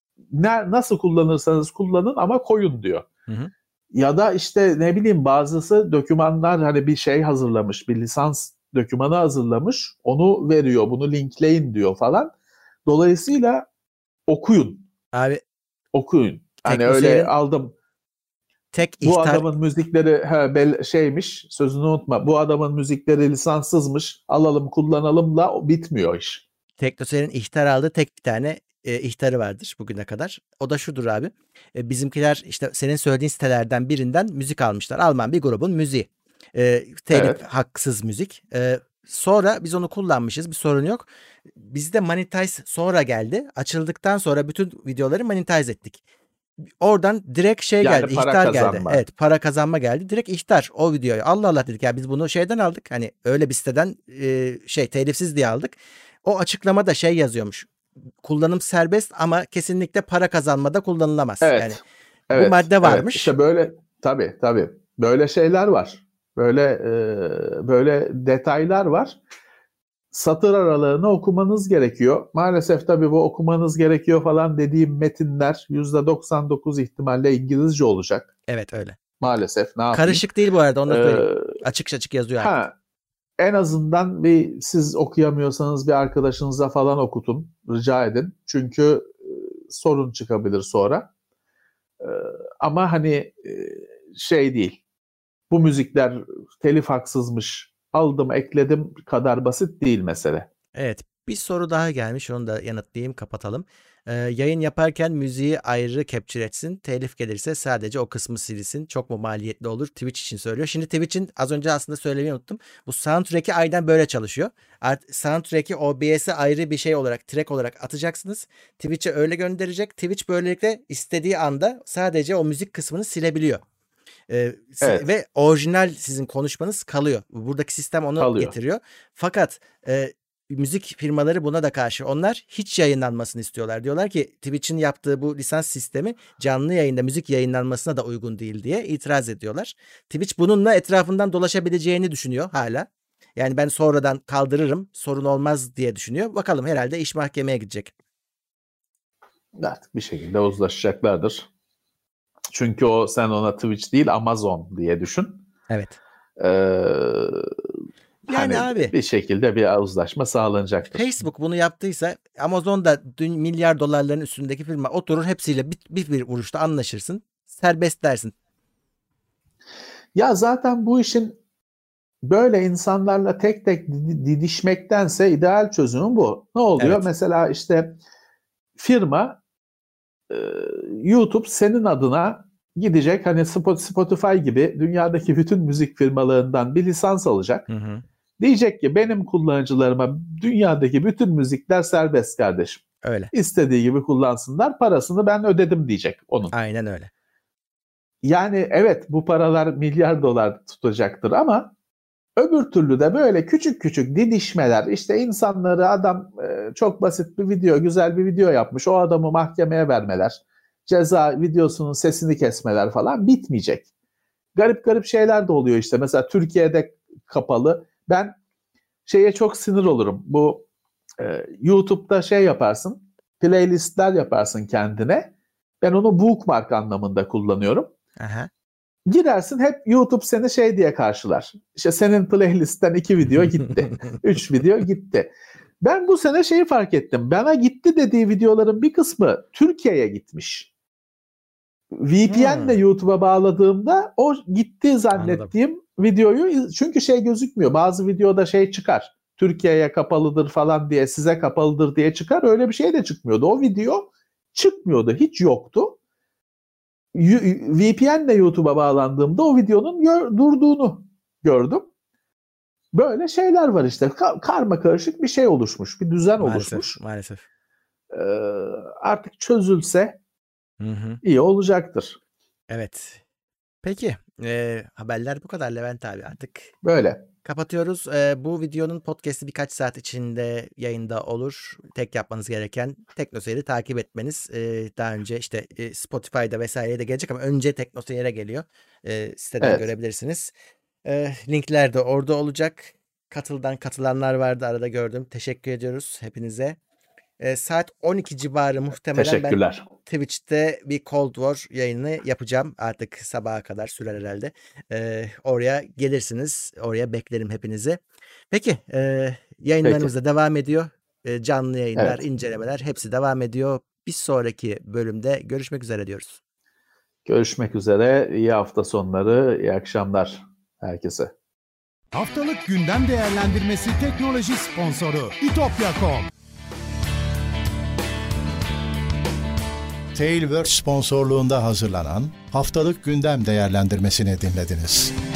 nasıl kullanırsanız kullanın ama koyun diyor. Hı hı. Ya da işte ne bileyim, bazısı dokümanlar, hani bir şey hazırlamış, bir lisans dokümanı hazırlamış, onu veriyor, bunu linkleyin diyor falan. Dolayısıyla okuyun. Abi Okuyun. Hani öyle Teknoseyir'in aldım, tek bu ihtar adamın müzikleri şeymiş, sözünü unutma, bu adamın müzikleri lisanssızmış, alalım kullanalımla bitmiyor iş. Teknoseyir'in ihtar aldığı tek bir tane ihtarı vardır bugüne kadar. O da şudur abi. Bizimkiler işte senin söylediğin sitelerden birinden müzik almışlar. Alman bir grubun müziği. Telif Evet. haksız müzik. Sonra biz onu kullanmışız. Bir sorun yok. Bizde monetize sonra geldi. Açıldıktan sonra bütün videoları monetize ettik. Oradan direkt Yani geldi. para İhtar geldi. kazanma. Evet, para kazanma geldi. Direkt ihtar o videoyu. Allah Allah dedik ya, biz bunu şeyden aldık. Hani öyle bir siteden telifsiz diye aldık. O açıklamada yazıyormuş. Kullanım serbest ama kesinlikle para kazanmada kullanılamaz. Evet. Yani Evet. bu madde Evet. varmış. İşte böyle, tabii. Böyle şeyler var. Böyle detaylar var. Satır aralığını okumanız gerekiyor. Maalesef tabii bu okumanız gerekiyor falan dediğim metinler %99 ihtimalle İngilizce olacak. Evet, öyle. Maalesef, ne yapayım? Karışık değil bu arada, onu da söyleyeyim. Açık yazıyor artık. En azından siz okuyamıyorsanız bir arkadaşınıza falan okutun, rica edin. Çünkü sorun çıkabilir sonra. Ama hani değil. Bu müzikler telif haksızmış, aldım ekledim kadar basit değil mesele. Evet, bir soru daha gelmiş, onu da yanıtlayayım, kapatalım. Yayın yaparken müziği ayrı capture etsin. Telif gelirse sadece o kısmı silsin. Çok mu maliyetli olur? Twitch için söylüyor. Şimdi Twitch'in az önce aslında söylemeyi unuttum. Bu soundtrack'i aynen böyle çalışıyor. Soundtrack'i OBS'e ayrı bir şey olarak, track olarak atacaksınız. Twitch'e öyle gönderecek. Twitch böylelikle istediği anda sadece o müzik kısmını silebiliyor. Evet. Ve orijinal sizin konuşmanız kalıyor. Buradaki sistem onu getiriyor. Fakat müzik firmaları buna da karşı. Onlar hiç yayınlanmasını istiyorlar. Diyorlar ki Twitch'in yaptığı bu lisans sistemi canlı yayında müzik yayınlanmasına da uygun değil diye itiraz ediyorlar. Twitch bununla etrafından dolaşabileceğini düşünüyor hala. Yani ben sonradan kaldırırım, sorun olmaz diye düşünüyor. Bakalım, herhalde iş mahkemeye gidecek. Artık bir şekilde uzlaşacaklardır. Çünkü sen ona Twitch değil Amazon diye düşün. Evet. Yani abi, bir şekilde bir uzlaşma sağlanacaktır. Facebook bunu yaptıysa Amazon da milyar dolarların üstündeki firma, oturur hepsiyle bir vuruşta anlaşırsın. Serbest dersin. Ya zaten bu işin böyle insanlarla tek tek didişmektense ideal çözümü bu. Ne oluyor? Evet. Mesela işte firma YouTube senin adına gidecek, hani Spotify gibi dünyadaki bütün müzik firmalarından bir lisans alacak. Hı. Diyecek ki benim kullanıcılarıma dünyadaki bütün müzikler serbest kardeşim. Öyle. İstediği gibi kullansınlar, parasını ben ödedim diyecek onun. Aynen öyle. Yani evet, bu paralar milyar dolar tutacaktır ama öbür türlü de böyle küçük küçük didişmeler, işte insanları, adam çok basit bir video, güzel bir video yapmış, o adamı mahkemeye vermeler. ceza videosunun sesini kesmeler falan bitmeyecek. Garip garip şeyler de oluyor işte. Mesela Türkiye'de kapalı. Ben şeye çok sinir olurum. Bu YouTube'da şey yaparsın, playlistler yaparsın kendine. Ben onu bookmark anlamında kullanıyorum. Aha. Girersin, hep YouTube seni şey diye karşılar. İşte senin playlistten 2 video gitti. 3 video gitti. Ben bu sene şeyi fark ettim. Bana gitti dediği videoların bir kısmı Türkiye'ye gitmiş. VPN'le YouTube'a bağladığımda o gitti zannettiğim videoyu, çünkü şey gözükmüyor. Bazı videoda şey çıkar. Türkiye'ye kapalıdır falan diye, size kapalıdır diye çıkar. Öyle bir şey de çıkmıyordu. O video çıkmıyordu. Hiç yoktu. VPN'le YouTube'a bağlandığımda o videonun durduğunu gördüm. Böyle şeyler var işte. Karma karışık bir şey oluşmuş. Bir düzen oluşmuş. Maalesef. Artık çözülse iyi olacaktır. Evet. Peki. Haberler bu kadar Levent abi, artık böyle kapatıyoruz. Bu videonun podcast'i birkaç saat içinde yayında olur. Tek yapmanız gereken TeknoSeyir'i takip etmeniz. Daha önce işte Spotify'da vesaireye de gelecek ama önce TeknoSeyir'e geliyor. Siteden görebilirsiniz. Linkler de orada olacak. Katılanlar vardı arada, gördüm. Teşekkür ediyoruz hepinize. Saat 12 civarı muhtemelen ben Twitch'te bir Cold War yayını yapacağım. Artık sabaha kadar sürer herhalde. Oraya gelirsiniz. Oraya beklerim hepinizi. Peki yayınlarımız da devam ediyor. Canlı yayınlar, incelemeler hepsi devam ediyor. Bir sonraki bölümde görüşmek üzere diyoruz. Görüşmek üzere. İyi hafta sonları, iyi akşamlar herkese. Haftalık gündem değerlendirmesi teknoloji sponsoru itopya.com. Tailwords sponsorluğunda hazırlanan Haftalık Gündem Değerlendirmesini dinlediniz.